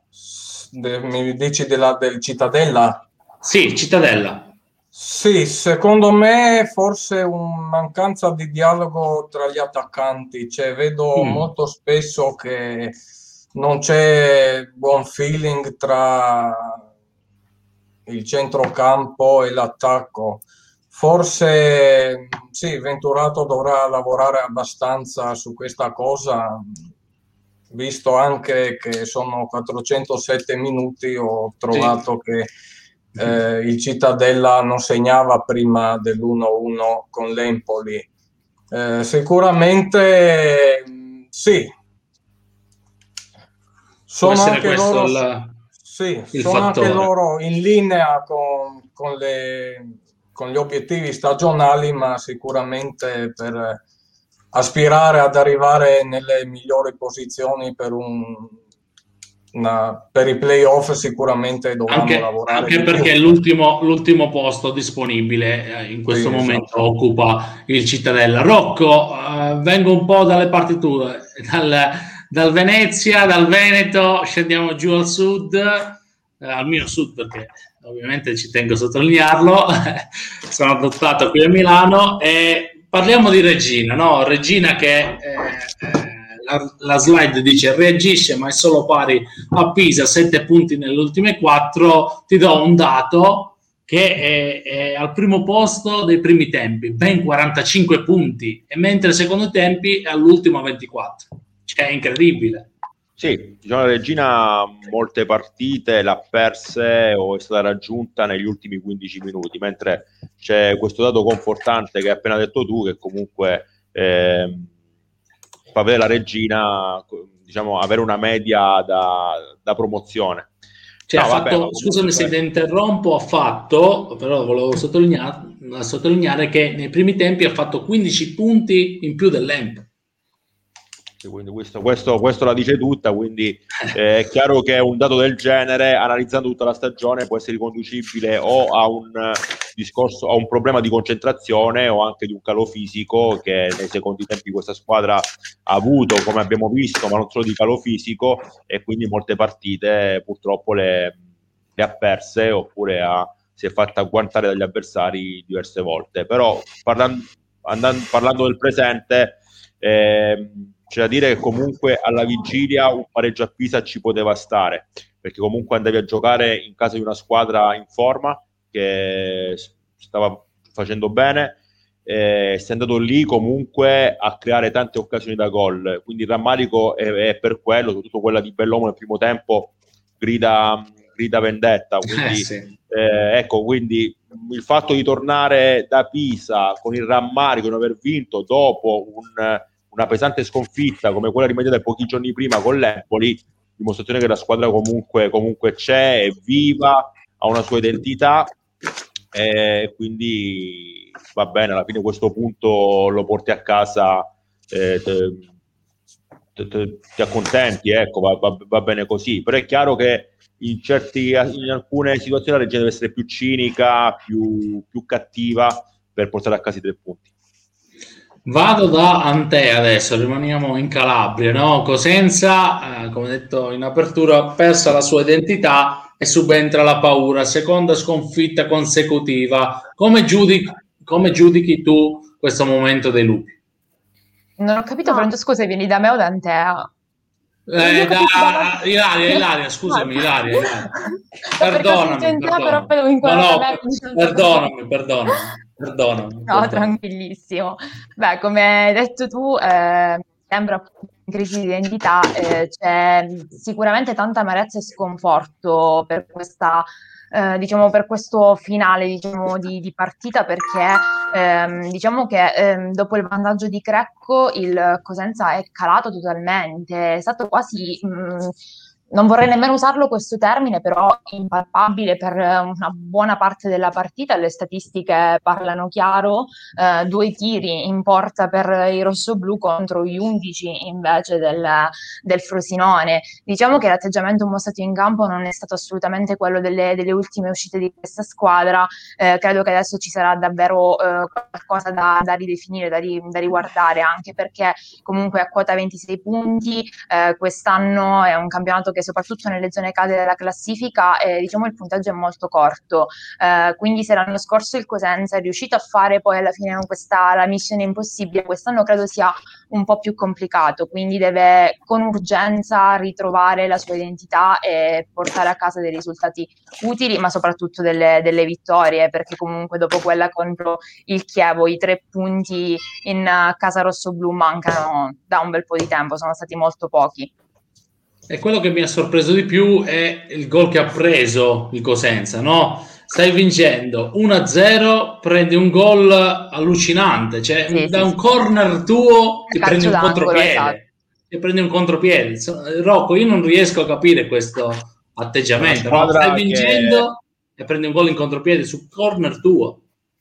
De- mi dici della, del Cittadella? Sì, Cittadella. Sì, secondo me forse una mancanza di dialogo tra gli attaccanti, cioè vedo Mm. molto spesso che non c'è buon feeling tra il centrocampo e l'attacco. Forse sì, Venturato dovrà lavorare abbastanza su questa cosa, visto anche che sono quattrocentosette minuti, ho trovato sì. che Eh, il Cittadella non segnava prima dell'uno a uno con l'Empoli. Eh, sicuramente sì, sono anche loro, il, sì, il sono anche loro in linea con, con, le, con gli obiettivi stagionali, ma sicuramente per aspirare ad arrivare nelle migliori posizioni per un Una, per i playoff sicuramente dovranno anche, lavorare anche di perché più. L'ultimo, l'ultimo posto disponibile eh, in questo sì, momento esatto. occupa il Cittadella. Rocco, eh, vengo un po' dalle parti tue, dal, dal Venezia, dal Veneto, scendiamo giù al sud, eh, al mio sud perché ovviamente ci tengo a sottolinearlo, sono adottato qui a Milano e parliamo di Reggina, no? Reggina che eh, eh, La, la slide dice reagisce ma è solo pari a Pisa, sette punti nelle ultime quattro. Ti do un dato che è, è al primo posto dei primi tempi, ben quarantacinque punti, e mentre ai secondi tempi è all'ultimo ventiquattro, cioè è incredibile. Sì, diciamo la Reggina molte partite l'ha perse o è stata raggiunta negli ultimi quindici minuti, mentre c'è questo dato confortante che hai appena detto tu, che comunque eh, fa vedere la Reggina, diciamo, avere una media da, da promozione. Cioè, no, ha vabbè, fatto, comunque... scusami se ti interrompo, ha fatto, però volevo sottolineare, sottolineare che nei primi tempi ha fatto quindici punti in più dell'Empoli. Quindi questo, questo, questo la dice tutta, quindi eh, è chiaro che un dato del genere, analizzando tutta la stagione, può essere riconducibile o a un discorso, a un problema di concentrazione o anche di un calo fisico che nei secondi tempi questa squadra ha avuto, come abbiamo visto, ma non solo di calo fisico, e quindi molte partite purtroppo le, le ha perse oppure ha si è fatta agguantare dagli avversari diverse volte. Però parlando, andando, parlando del presente, eh, c'è da dire che comunque alla vigilia un pareggio a Pisa ci poteva stare, perché comunque andavi a giocare in casa di una squadra in forma che stava facendo bene, eh, sei andato lì comunque a creare tante occasioni da gol, quindi il rammarico è, è per quello, soprattutto quella di Bellomo nel primo tempo grida, grida vendetta, quindi, eh, sì. eh, ecco, quindi il fatto di tornare da Pisa con il rammarico di non aver vinto dopo un, una pesante sconfitta come quella rimediata pochi giorni prima con l'Empoli, dimostrazione che la squadra comunque, comunque c'è, è viva, ha una sua identità, e quindi va bene, alla fine questo punto lo porti a casa, eh, te, te, te, ti accontenti, ecco, va, va, va bene così. Però è chiaro che in, certi, in alcune situazioni la regia deve essere più cinica, più, più cattiva per portare a casa i tre punti. Vado da Antea adesso, rimaniamo in Calabria, no? Cosenza, eh, come detto in apertura, ha perso la sua identità e subentra la paura, seconda sconfitta consecutiva. Come giudichi, come giudichi tu questo momento dei lupi? Non ho capito, No. Francesco, se vieni da me o da Antea. Eh, da Ilaria, Ilaria, scusami, Ilaria, Ilaria. Perdonami, però perdonami. no, No, no, perdonami, perdonami, perdonami. No, perdonami. tranquillissimo. Beh, come hai detto tu, eh, sembra in crisi di identità, eh, c'è sicuramente tanta amarezza e sconforto per questa, eh, diciamo, per questo finale, diciamo, di, di partita, perché ehm, diciamo che ehm, dopo il vantaggio di Crecco il Cosenza è calato totalmente, è stato quasi... Mh, non vorrei nemmeno usarlo questo termine, però impalpabile per una buona parte della partita. Le statistiche parlano chiaro, eh, due tiri in porta per i rossoblù contro gli undici invece del, del Frosinone. Diciamo che l'atteggiamento mostrato in campo non è stato assolutamente quello delle, delle ultime uscite di questa squadra. Eh, credo che adesso ci sarà davvero eh, qualcosa da, da ridefinire, da, ri, da riguardare, anche perché comunque a quota ventisei punti, eh, quest'anno è un campionato che soprattutto nelle zone calde della classifica eh, diciamo il punteggio è molto corto, eh, quindi se l'anno scorso il Cosenza è riuscito a fare poi alla fine con questa la missione impossibile, quest'anno credo sia un po' più complicato, quindi deve con urgenza ritrovare la sua identità e portare a casa dei risultati utili, ma soprattutto delle, delle vittorie, perché comunque dopo quella contro il Chievo i tre punti in casa rossoblù mancano da un bel po' di tempo, sono stati molto pochi. E quello che mi ha sorpreso di più è il gol che ha preso il Cosenza, no? Stai vincendo uno a zero, prendi un gol allucinante, cioè sì, da sì, un sì. corner tuo ti prendi un contropiede, esatto. ti prendi un contropiede. Rocco, io non riesco a capire questo atteggiamento, no? Stai vincendo che... e prendi un gol in contropiede su corner tuo.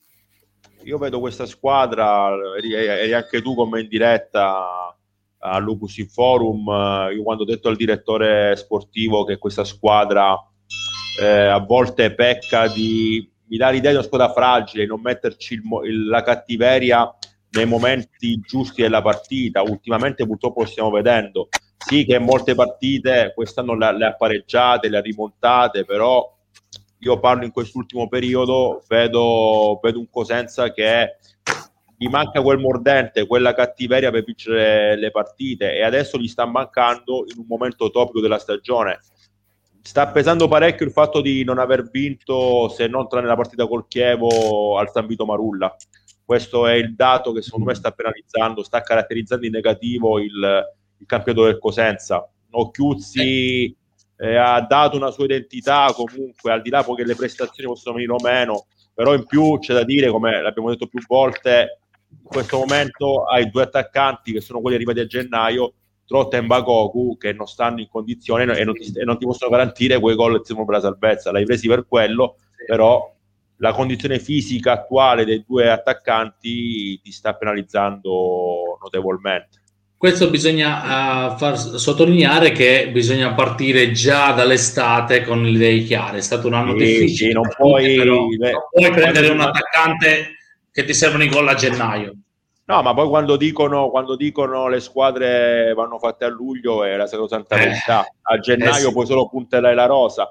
Io vedo questa squadra, eri, eri anche tu con me in diretta a Lupus in Forum, io quando ho detto al direttore sportivo che questa squadra eh, a volte pecca di, mi dà l'idea di una squadra fragile, non metterci il, il, la cattiveria nei momenti giusti della partita. Ultimamente purtroppo lo stiamo vedendo, sì che molte partite quest'anno le, le ha pareggiate, le ha rimontate, però io parlo in quest'ultimo periodo, vedo, vedo un Cosenza che gli manca quel mordente, quella cattiveria per vincere le partite, e adesso gli sta mancando in un momento topico della stagione. Sta pesando parecchio il fatto di non aver vinto, se non tranne la partita col Chievo, al San Vito Marulla. Questo è il dato che secondo me sta penalizzando, sta caratterizzando in negativo il, il campionato del Cosenza. Occhiuzzi eh, ha dato una sua identità comunque, al di là poi che le prestazioni possono venire o meno, però in più c'è da dire, come l'abbiamo detto più volte, in questo momento hai due attaccanti che sono quelli arrivati a gennaio, Trotta e Mbagoku, che non stanno in condizione e non ti, e non ti possono garantire quei gol per la salvezza. L'hai presi per quello, però la condizione fisica attuale dei due attaccanti ti sta penalizzando notevolmente. Questo bisogna uh, far sottolineare che bisogna partire già dall'estate con le idee chiare. È stato un anno sì, difficile, sì, non puoi, però, le, non puoi prendere un attaccante che ti servono i gol a gennaio. No, ma poi quando dicono, quando dicono le squadre vanno fatte a luglio è la sacrosanta verità. A gennaio eh sì. Puoi solo puntare la rosa.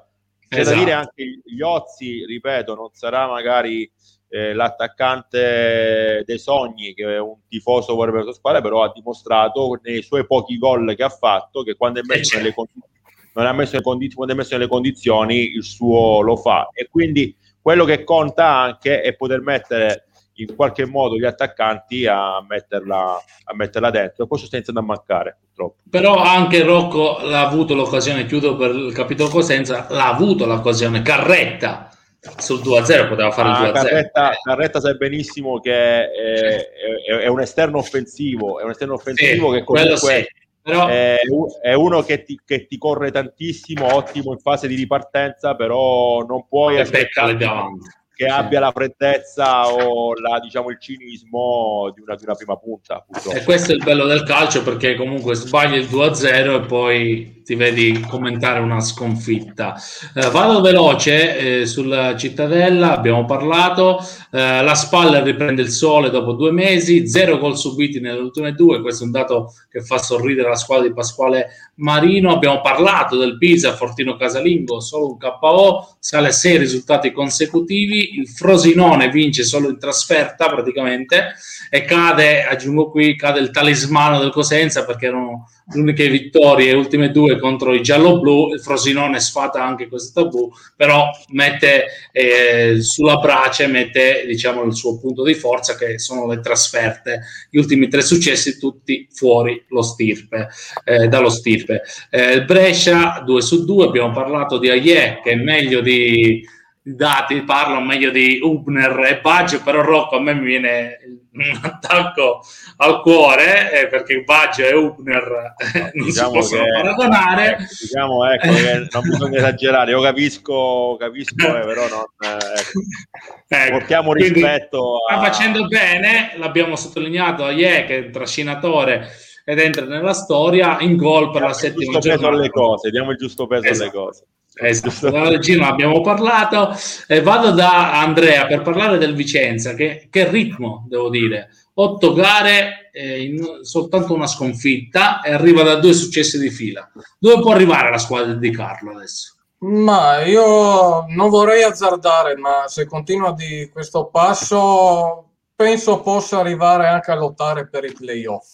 C'è esatto. da dire anche gli Ozzi, ripeto, non sarà magari eh, l'attaccante dei sogni che un tifoso vorrebbe per la sua squadra, però ha dimostrato nei suoi pochi gol che ha fatto che quando è messo nelle condizioni, non ha messo nelle condizioni, quando è messo nelle condizioni il suo lo fa, e quindi quello che conta anche è poter mettere in qualche modo gli attaccanti a metterla, a metterla dentro, e questo sta iniziando a mancare purtroppo. Però anche Rocco l'ha avuto l'occasione, chiudo per il capitolo Cosenza, l'ha avuto l'occasione, Carretta sul due a zero poteva fare il Ah, due a zero. Carretta, Carretta sai benissimo che è, è, è un esterno offensivo, è un esterno offensivo sì, che comunque sì, però... è, è uno che ti, che ti corre tantissimo, ottimo in fase di ripartenza, però non puoi aspettare che sì. abbia la freddezza o la, diciamo, il cinismo di una, di una prima punta, purtroppo. E questo è il bello del calcio, perché comunque sbagli il due a zero e poi ti vedi commentare una sconfitta. Eh, vado veloce eh, sulla Cittadella, abbiamo parlato, eh, la Spalla riprende il sole dopo due mesi, zero gol subiti nelle ultime due, questo è un dato che fa sorridere la squadra di Pasquale Marino. Abbiamo parlato del Pisa, Fortino Casalingo, solo un K O, sale a sei risultati consecutivi, il Frosinone vince solo in trasferta praticamente e cade, aggiungo qui, cade il talismano del Cosenza, perché erano le uniche vittorie, le ultime due contro i giallo-blu. Il Frosinone sfata anche questo tabù, però mette eh, sulla brace, mette, diciamo, il suo punto di forza, che sono le trasferte, gli ultimi tre successi tutti fuori lo stirpe, eh, dallo stirpe. Eh, Brescia due su due, abbiamo parlato di Aie, che è meglio di dati, parlo meglio di Hubner e Baggio, però Rocco, a me mi viene un attacco al cuore, eh, perché Baggio e Hubner eh, non diciamo si possono che, paragonare. Ecco, diciamo ecco, che non bisogna esagerare, io capisco, capisco eh, però non, eh, ecco, portiamo rispetto. Sta a... facendo bene, l'abbiamo sottolineato, Aie, che è il trascinatore ed entra nella storia, in gol per diamo la settima giornata. Alle cose, diamo il giusto peso esatto. alle cose. Esatto, dalla regina abbiamo parlato, eh, vado da Andrea per parlare del Vicenza, che, che ritmo, devo dire, otto gare, eh, in, soltanto una sconfitta, e arriva da due successi di fila. Dove può arrivare la squadra di Carlo adesso? Ma io non vorrei azzardare, ma se continua di questo passo penso possa arrivare anche a lottare per i playoff.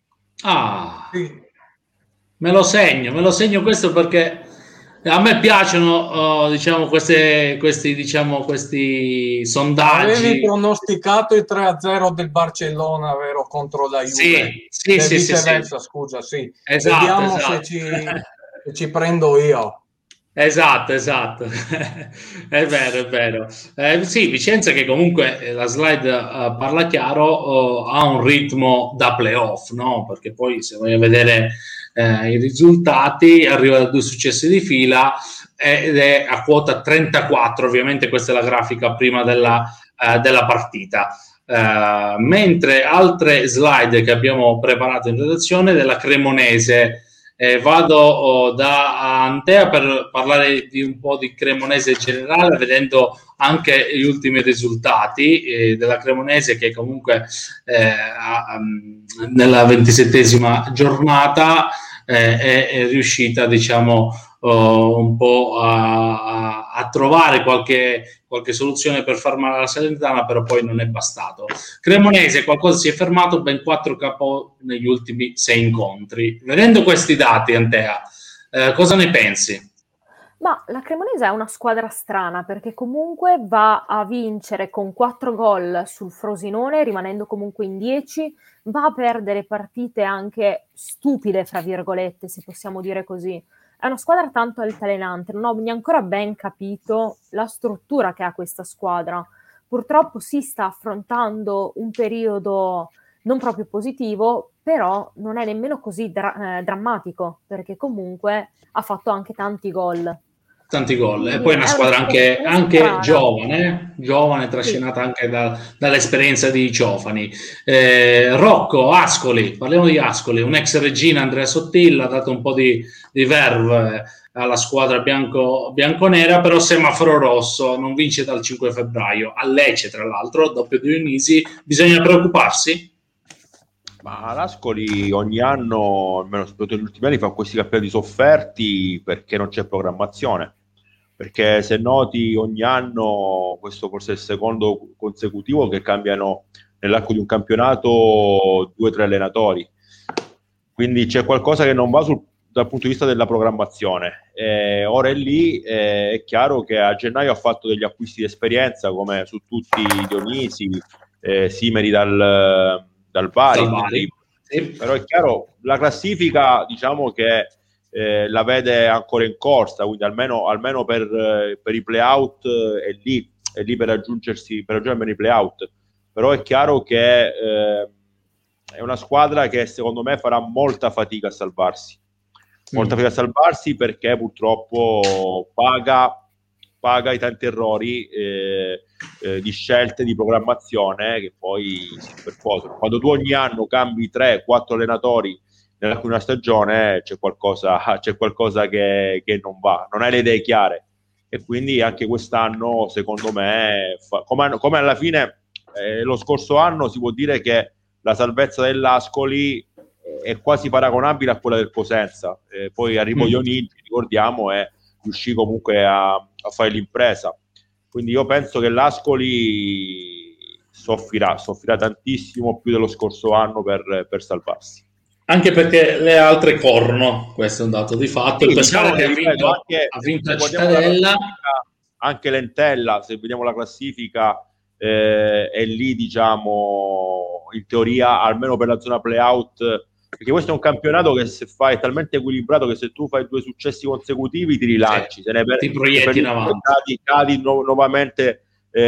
Ah, sì. me lo segno, me lo segno questo, perché a me piacciono, uh, diciamo, queste, questi, diciamo, questi sondaggi. Avevi pronosticato il tre a zero del Barcellona, vero, contro la Juve? Sì, sì, sì, viceversa, sì, scusa, sì. Esatto, Vediamo esatto. Se, ci, se ci prendo io. Esatto, esatto. È vero, è vero. Eh, sì, Vicenza, che comunque la slide uh, parla chiaro, uh, ha un ritmo da playoff, no? Perché poi, se voglio vedere Eh, i risultati, arriva da due successi di fila ed è a quota trentaquattro. Ovviamente questa è la grafica prima della, eh, della partita, eh, mentre altre slide che abbiamo preparato in redazione della Cremonese. Eh, vado oh, da Antea per parlare di un po' di Cremonese in generale, vedendo anche gli ultimi risultati eh, della Cremonese, che comunque eh, um, nella ventisettesima giornata eh, è, è riuscita, diciamo, uh, un po' a, a trovare qualche, qualche soluzione per far male alla Salernitana, però poi non è bastato. Cremonese qualcosa si è fermato, ben quattro K O negli ultimi sei incontri. Vedendo questi dati, Antea, eh, cosa ne pensi? Ma la Cremonese è una squadra strana, perché comunque va a vincere con quattro gol sul Frosinone, rimanendo comunque in dieci, va a perdere partite anche stupide, fra virgolette, se possiamo dire così. È una squadra tanto altalenante, non ho ancora ben capito la struttura che ha questa squadra. Purtroppo si sta affrontando un periodo non proprio positivo, però non è nemmeno così dra- eh, drammatico, perché comunque ha fatto anche tanti gol. Tanti gol, e poi è una squadra anche, anche giovane, giovane, trascinata sì. anche da, dall'esperienza di Ciofani. Eh, Rocco, Ascoli, parliamo di Ascoli, un ex regina, Andrea Sottilla, ha dato un po' di, di verve alla squadra bianco, bianconera, però semaforo rosso, non vince dal cinque febbraio, a Lecce tra l'altro, doppio di Dionisi. Bisogna preoccuparsi? Ma l'Ascoli ogni anno, almeno soprattutto negli ultimi anni, fa questi campionati sofferti perché non c'è programmazione. perché se noti ogni anno, questo forse è il secondo consecutivo che cambiano nell'arco di un campionato due o tre allenatori, quindi c'è qualcosa che non va sul, dal punto di vista della programmazione. Eh, ora è lì, eh, è chiaro che a gennaio ha fatto degli acquisti di esperienza come su tutti i Dionisi, eh, Simeri dal, dal Bari, quindi, sì. Però è chiaro, la classifica diciamo che eh, la vede ancora in corsa, quindi almeno, almeno per, eh, per i play-out eh, è lì, è lì per raggiungersi, per raggiungere i play-out, però è chiaro che eh, è una squadra che secondo me farà molta fatica a salvarsi, molta mm. fatica a salvarsi perché purtroppo paga, paga i tanti errori eh, eh, di scelte di programmazione che poi si superposano. Quando tu ogni anno cambi tre quattro allenatori nell'arco di una stagione c'è qualcosa, c'è qualcosa che, che non va, non hai le idee chiare, e quindi anche quest'anno secondo me fa, come, come alla fine eh, lo scorso anno si può dire che la salvezza dell'Ascoli è quasi paragonabile a quella del Cosenza, eh, poi arrivò Ionigi, ricordiamo, e riuscì comunque a, a fare l'impresa, quindi io penso che l'Ascoli soffrirà, soffrirà tantissimo più dello scorso anno per, per salvarsi. Anche perché le altre corrono, questo è un dato di fatto. Sì, il Pescara diciamo che ha vinto, anche, ha vinto a Cittadella, anche l'Entella, se vediamo la classifica, eh, è lì, diciamo, in teoria, almeno per la zona play-out, perché questo è un campionato che se fai è talmente equilibrato che se tu fai due successi consecutivi ti rilanci, sì, te ne per, ti proietti in avanti, cadi, cadi nu- nuovamente,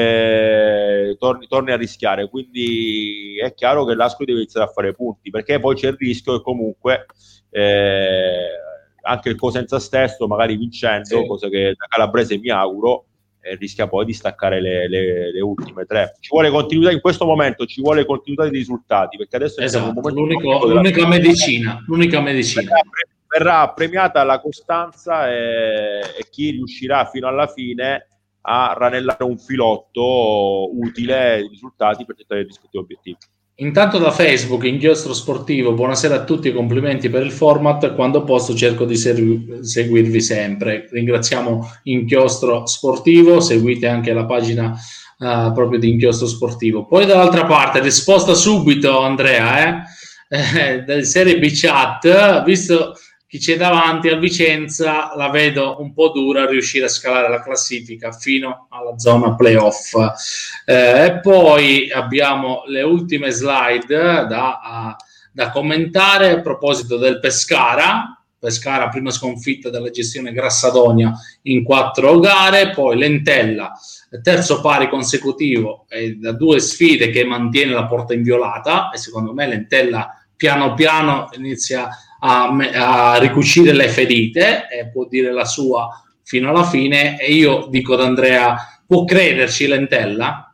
eh, torni, torni a rischiare, quindi è chiaro che l'Ascoli deve iniziare a fare punti, perché poi c'è il rischio che comunque eh, anche il Cosenza stesso, magari vincendo, sì, cosa che da calabrese mi auguro, eh, rischia poi di staccare le, le, le ultime tre. Ci vuole continuità in questo momento, ci vuole continuità di risultati, perché adesso esatto, è un momento l'unico, l'unica medicina, l'unica medicina. Verrà, verrà premiata la costanza e, e chi riuscirà fino alla fine a ranellare un filotto utile di risultati per tentare i rispettivi obiettivi. Intanto da Facebook, Inchiostro Sportivo, buonasera a tutti e complimenti per il format, quando posso cerco di serv- seguirvi sempre. Ringraziamo Inchiostro Sportivo, seguite anche la pagina uh, proprio di Inchiostro Sportivo. Poi dall'altra parte, risposta subito Andrea, eh? Eh, del Serie B Chat, visto chi c'è davanti al Vicenza, la vedo un po' dura a riuscire a scalare la classifica fino alla zona playoff. Eh, e poi abbiamo le ultime slide da, a, da commentare a proposito del Pescara. Pescara, prima sconfitta della gestione Grassadonia in quattro gare, poi l'Entella, terzo pari consecutivo e da due sfide che mantiene la porta inviolata, e secondo me l'Entella piano piano inizia A, a ricucire le ferite e può dire la sua fino alla fine. E io dico ad Andrea, può crederci l'Entella?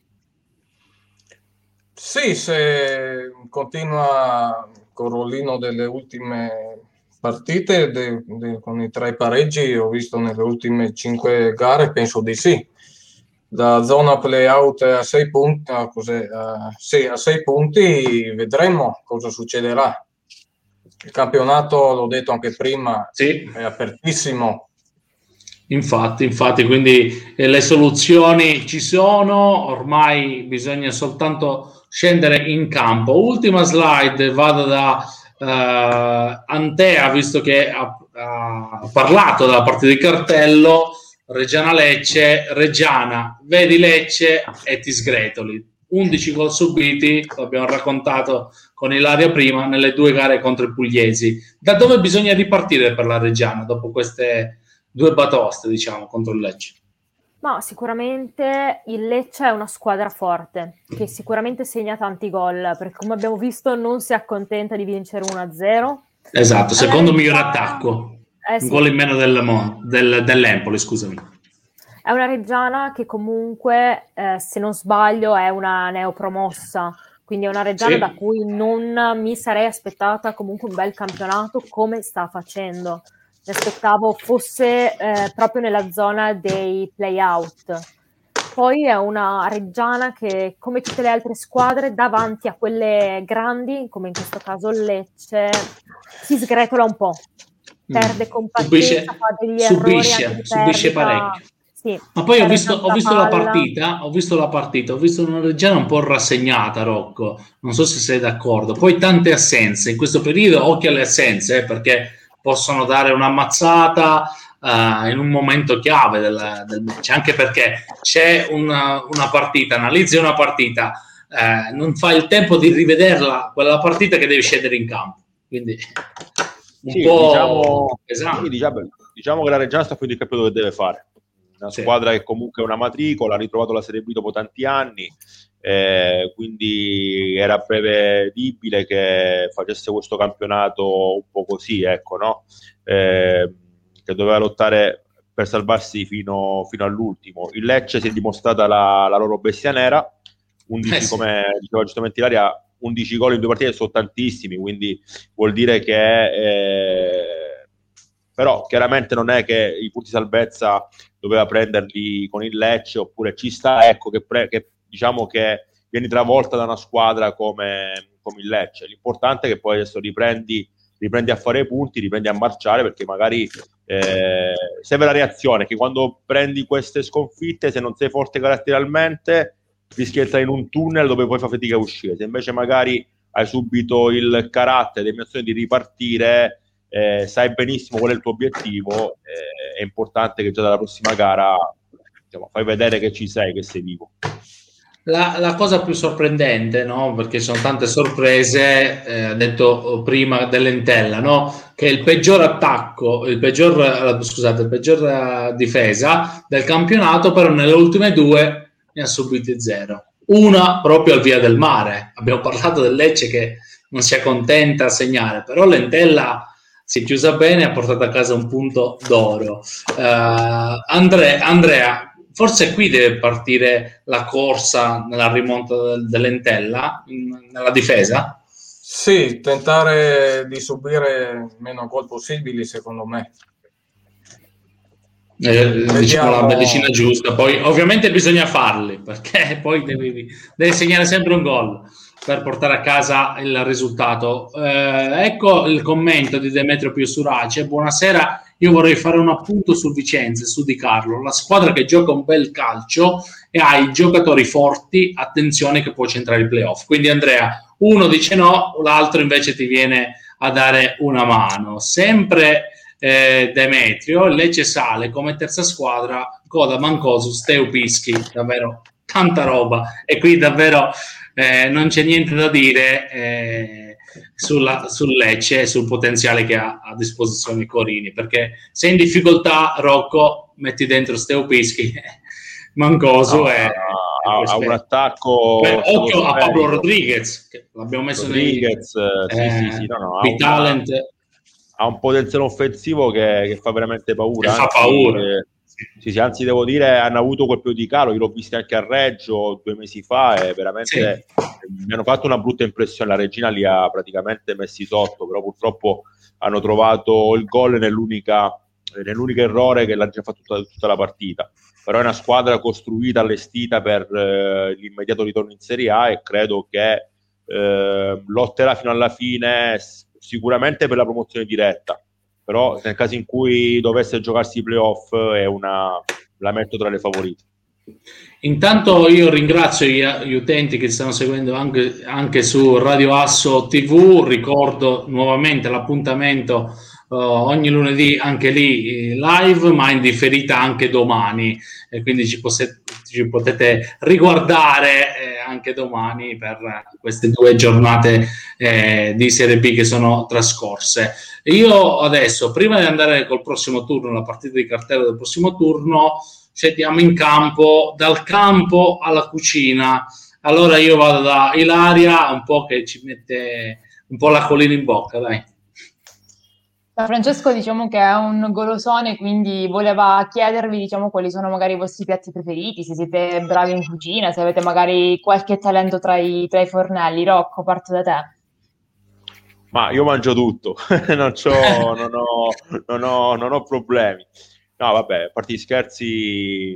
Sì, se continua col rollino delle ultime partite de, de, con i tre pareggi, ho visto nelle ultime cinque gare, penso di sì. Da zona play-out a sei punti, a, cos'è, a, sì, a sei punti vedremo cosa succederà. Il campionato, l'ho detto anche prima, sì, è apertissimo. Infatti, infatti, quindi eh, le soluzioni ci sono, ormai bisogna soltanto scendere in campo. Ultima slide, vado da uh, Antea, visto che ha, ha parlato della partita di cartello, Reggiana-Lecce, Reggiana, vedi Lecce e ti sgretoli. undici gol subiti, lo abbiamo raccontato con Ilaria prima, nelle due gare contro i pugliesi. Da dove bisogna ripartire per la Reggiana dopo queste due batoste, diciamo, contro il Lecce? Ma sicuramente il Lecce è una squadra forte, che sicuramente segna tanti gol, perché come abbiamo visto non si accontenta di vincere uno a zero. Esatto, secondo Reggiana... miglior attacco, eh, un sì. gol in meno del, del, dell'Empoli, scusami. È una Reggiana che comunque, eh, se non sbaglio, è una neopromossa, quindi è una Reggiana sì, da cui non mi sarei aspettata comunque un bel campionato come sta facendo. Mi aspettavo fosse eh, proprio nella zona dei play-out. Poi è una Reggiana che, come tutte le altre squadre, davanti a quelle grandi, come in questo caso il Lecce, si sgretola un po'. perde compattezza, subisce, fa degli subisce, errori anche subisce perdita, parecchio. sì, Ma poi ho perde visto, ho tanta visto la palla. partita, ho visto la partita, ho visto una Reggiana un po' rassegnata, Rocco. Non so se sei d'accordo. Poi tante assenze in questo periodo, occhio alle assenze, eh, perché possono dare un'ammazzata uh, in un momento chiave del, del match. Anche perché c'è una, una partita, analizzi una partita, eh, non fai il tempo di rivederla quella partita che devi scendere in campo. Quindi un sì, po' diciamo, pesante. sì, diciamo, diciamo che la Reggiana sta finendo il capito che deve fare. Una Sì. squadra che comunque è una matricola, ha ritrovato la Serie B dopo tanti anni, eh, quindi era prevedibile che facesse questo campionato un po' così, ecco, no? Eh, che doveva lottare per salvarsi fino, fino all'ultimo. Il Lecce si è dimostrata la, la loro bestia nera, undici, Eh sì. come diceva giustamente Ilaria, undici gol in due partite sono tantissimi, quindi vuol dire che eh, però chiaramente non è che i punti salvezza doveva prenderli con il Lecce, oppure ci sta, ecco, che, pre- che diciamo che vieni travolta da una squadra come, come il Lecce. L'importante è che poi adesso riprendi, riprendi a fare punti, riprendi a marciare, perché magari eh, serve la reazione, che quando prendi queste sconfitte, se non sei forte caratterialmente, rischi di entrare in un tunnel dove poi fa fatica a uscire. Se invece magari hai subito il carattere, l'emozione di ripartire, eh, sai benissimo qual è il tuo obiettivo, eh, è importante che già dalla prossima gara, diciamo, fai vedere che ci sei, che sei vivo. La, la cosa più sorprendente, no? Perché ci sono tante sorprese, eh, ha detto prima dell'Entella, no? Che il peggior attacco, il peggior, eh, scusate, il peggior eh, difesa del campionato, però nelle ultime due ne ha subiti zero. Una proprio al Via del Mare. Abbiamo parlato del Lecce che non si accontenta a segnare, però l'Entella si è chiusa bene e ha portato a casa un punto d'oro. Uh, Andre, Andrea, forse qui deve partire la corsa nella rimonta del, dell'Entella, in, nella difesa? Sì, tentare di subire meno gol possibili, secondo me. Eh, diciamo la Vediamo. medicina giusta. Poi ovviamente bisogna farli, perché poi devi, devi segnare sempre un gol per portare a casa il risultato. Eh, ecco il commento di Demetrio Piusurace. Buonasera, io vorrei fare un appunto sul Vicenza, su Di Carlo, la squadra che gioca un bel calcio e ha i giocatori forti, attenzione che può centrare i playoff. Quindi Andrea, uno dice no, l'altro invece ti viene a dare una mano. Sempre eh, Demetrio, Lecce sale come terza squadra, coda Mancosu, Steu Pischi, davvero tanta roba, e qui davvero eh, non c'è niente da dire eh, sulla, sul Lecce e sul potenziale che ha a disposizione Corini, perché se in difficoltà Rocco metti dentro Steu Pischi, Mancosu no, e, ha, e ha un attacco. Beh, occhio a Pablo Rodriguez, che l'abbiamo messo Rodriguez, nei sì, sì, eh, sì, no, no, ha, Big una, Talent. ha un potenziale offensivo che, che fa veramente paura. Che fa anzi, paura. Eh, sì, sì, anzi devo dire hanno avuto quel più di calo, io l'ho visto anche a Reggio due mesi fa e veramente sì. Mi hanno fatto una brutta impressione. La Regina li ha praticamente messi sotto, però purtroppo hanno trovato il gol nell'unica, nell'unico errore che l'ha già fatto tutta, tutta la partita. Però è una squadra costruita, allestita per eh, l'immediato ritorno in Serie A, e credo che eh, lotterà fino alla fine, sicuramente per la promozione diretta, però nel caso in cui dovesse giocarsi i playoff è una, la metto tra le favorite. Intanto io ringrazio gli, gli utenti che stanno seguendo anche, anche su Radio Asso tivù, ricordo nuovamente l'appuntamento uh, ogni lunedì anche lì live, ma in differita anche domani, e quindi ci, posse, ci potete riguardare eh, anche domani per queste due giornate eh, di Serie B che sono trascorse. Io adesso, prima di andare col prossimo turno, la partita di cartello del prossimo turno, scendiamo in campo, dal campo alla cucina. Allora io vado da Ilaria, un po' che ci mette un po' l'acquolina in bocca, dai. Francesco, diciamo che è un golosone, quindi voleva chiedervi, diciamo, quali sono magari i vostri piatti preferiti, se siete bravi in cucina, se avete magari qualche talento tra i, tra i fornelli. Rocco, parto da te. Ma io mangio tutto, non, c'ho, non, ho, non, ho, non ho problemi. No, vabbè, a parte gli scherzi,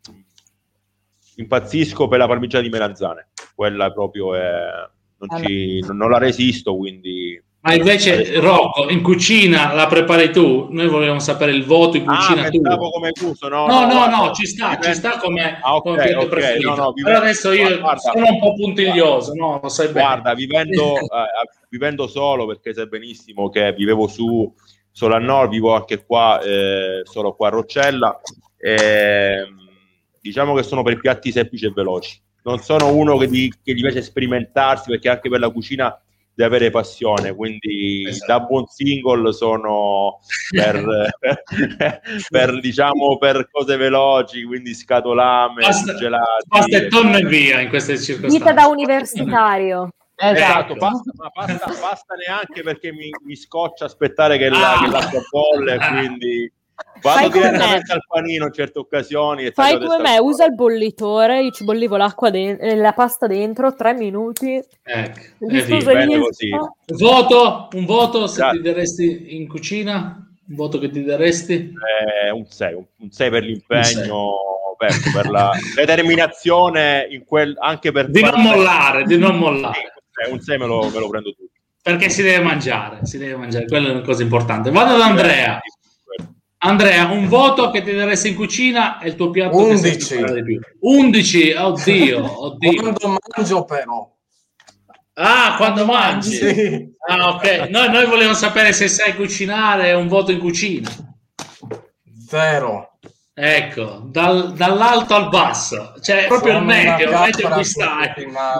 impazzisco per la parmigiana di melanzane. Quella proprio è, non, ci, non la resisto, quindi Ma invece Rocco, in cucina la prepari tu? Noi volevamo sapere il voto in cucina ah, tu. come gusto, no, no, no, guarda, no, ci sta, ci sta come, ah, okay, come piatto okay, preferito. no, no, Però adesso io guarda, sono un po' puntiglioso, no? Lo sai bene. Guarda, vivendo, eh, vivendo solo, perché sai benissimo che vivevo su solo a nord, vivo anche qua, eh, solo qua a Roccella, eh, diciamo che sono per piatti semplici e veloci. Non sono uno che, di, che gli piace sperimentarsi, perché anche per la cucina di avere passione, quindi esatto. Da buon single sono per, per diciamo per cose veloci, quindi scatolame, basta, gelati, basta e tonno e via in queste circostanze. Vita da universitario. Esatto, basta, ma basta, basta neanche perché mi, mi scoccia aspettare che, la, ah. che l'acqua bolle, quindi vado direttamente al panino in certe occasioni. E fai come me, usa il bollitore, io ci bollivo l'acqua de- la pasta dentro, tre minuti. Ecco, così. Voto, un voto se Grazie. Ti daresti in cucina? Un voto che ti daresti? Eh, un sei, un sei per l'impegno, per, per la determinazione in quel, anche per di non mollare, di non mollare. Eh, un sei me lo, me lo prendo tutto. Perché si deve mangiare, si deve mangiare, quella è una cosa importante. Vado ad Andrea. Andrea, un voto che ti daresti in cucina e il tuo piatto undici. Che di più. undici, oddio, oddio. Quando mangio però. Ah, quando mangi? Sì. Ah, ok. Noi, noi volevamo sapere se sai cucinare, un voto in cucina. Zero. Ecco, dal, dall'alto al basso. Cioè, proprio il meglio, meglio qui stai.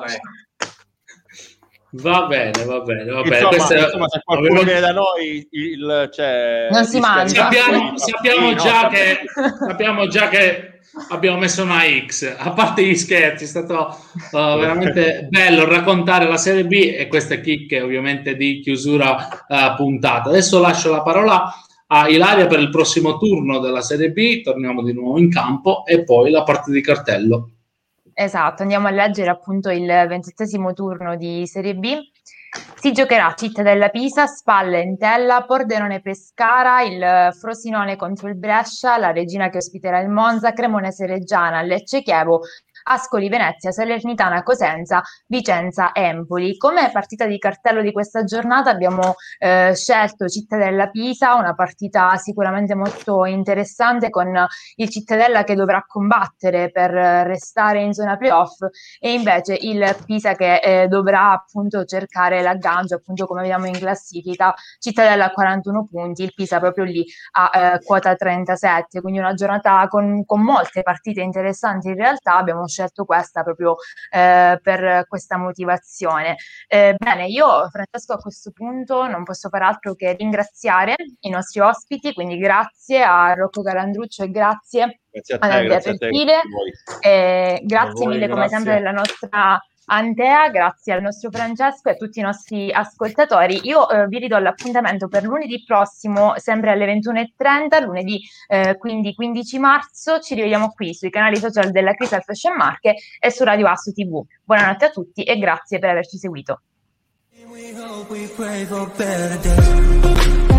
Va bene, va bene, va bene. Insomma, Questo insomma, se qualcuno avevo... viene da noi, il, cioè, non si mangia. Sappiamo, sappiamo, già che, sappiamo già che abbiamo messo una X. A parte gli scherzi, è stato uh, veramente bello raccontare la Serie B e queste chicche ovviamente di chiusura uh, puntata. Adesso lascio la parola a Ilaria per il prossimo turno della Serie B. Torniamo di nuovo in campo e poi la partita di cartello. Esatto, andiamo a leggere appunto il ventisettesimo turno di Serie B. Si giocherà Cittadella Pisa, Spalla Entella, Pordenone Pescara, il Frosinone contro il Brescia, la Regina che ospiterà il Monza, Cremonese Reggiana, Lecce Chievo, Ascoli Venezia, Salernitana Cosenza, Vicenza Empoli. Come partita di cartello di questa giornata abbiamo eh, scelto Cittadella Pisa, una partita sicuramente molto interessante con il Cittadella che dovrà combattere per restare in zona playoff e invece il Pisa che eh, dovrà appunto cercare l'aggancio, appunto come vediamo in classifica, Cittadella a quarantuno punti, il Pisa proprio lì a eh, quota trentasette, quindi una giornata con, con molte partite interessanti in realtà. Abbiamo scelto questa proprio eh, per questa motivazione. Eh, bene, io Francesco a questo punto non posso far altro che ringraziare i nostri ospiti, quindi grazie a Rocco Calandruccio e grazie, grazie a te, ad Andrea Perfile, eh, grazie voi, mille grazie. Come sempre della nostra Antea, grazie al nostro Francesco e a tutti i nostri ascoltatori. Io eh, vi ridò l'appuntamento per lunedì prossimo, sempre alle ventuno e trenta, lunedì eh, quindi quindici marzo. Ci rivediamo qui sui canali social della Crystal Fashion Marche e su Radio Asso tivù. Buonanotte a tutti e grazie per averci seguito.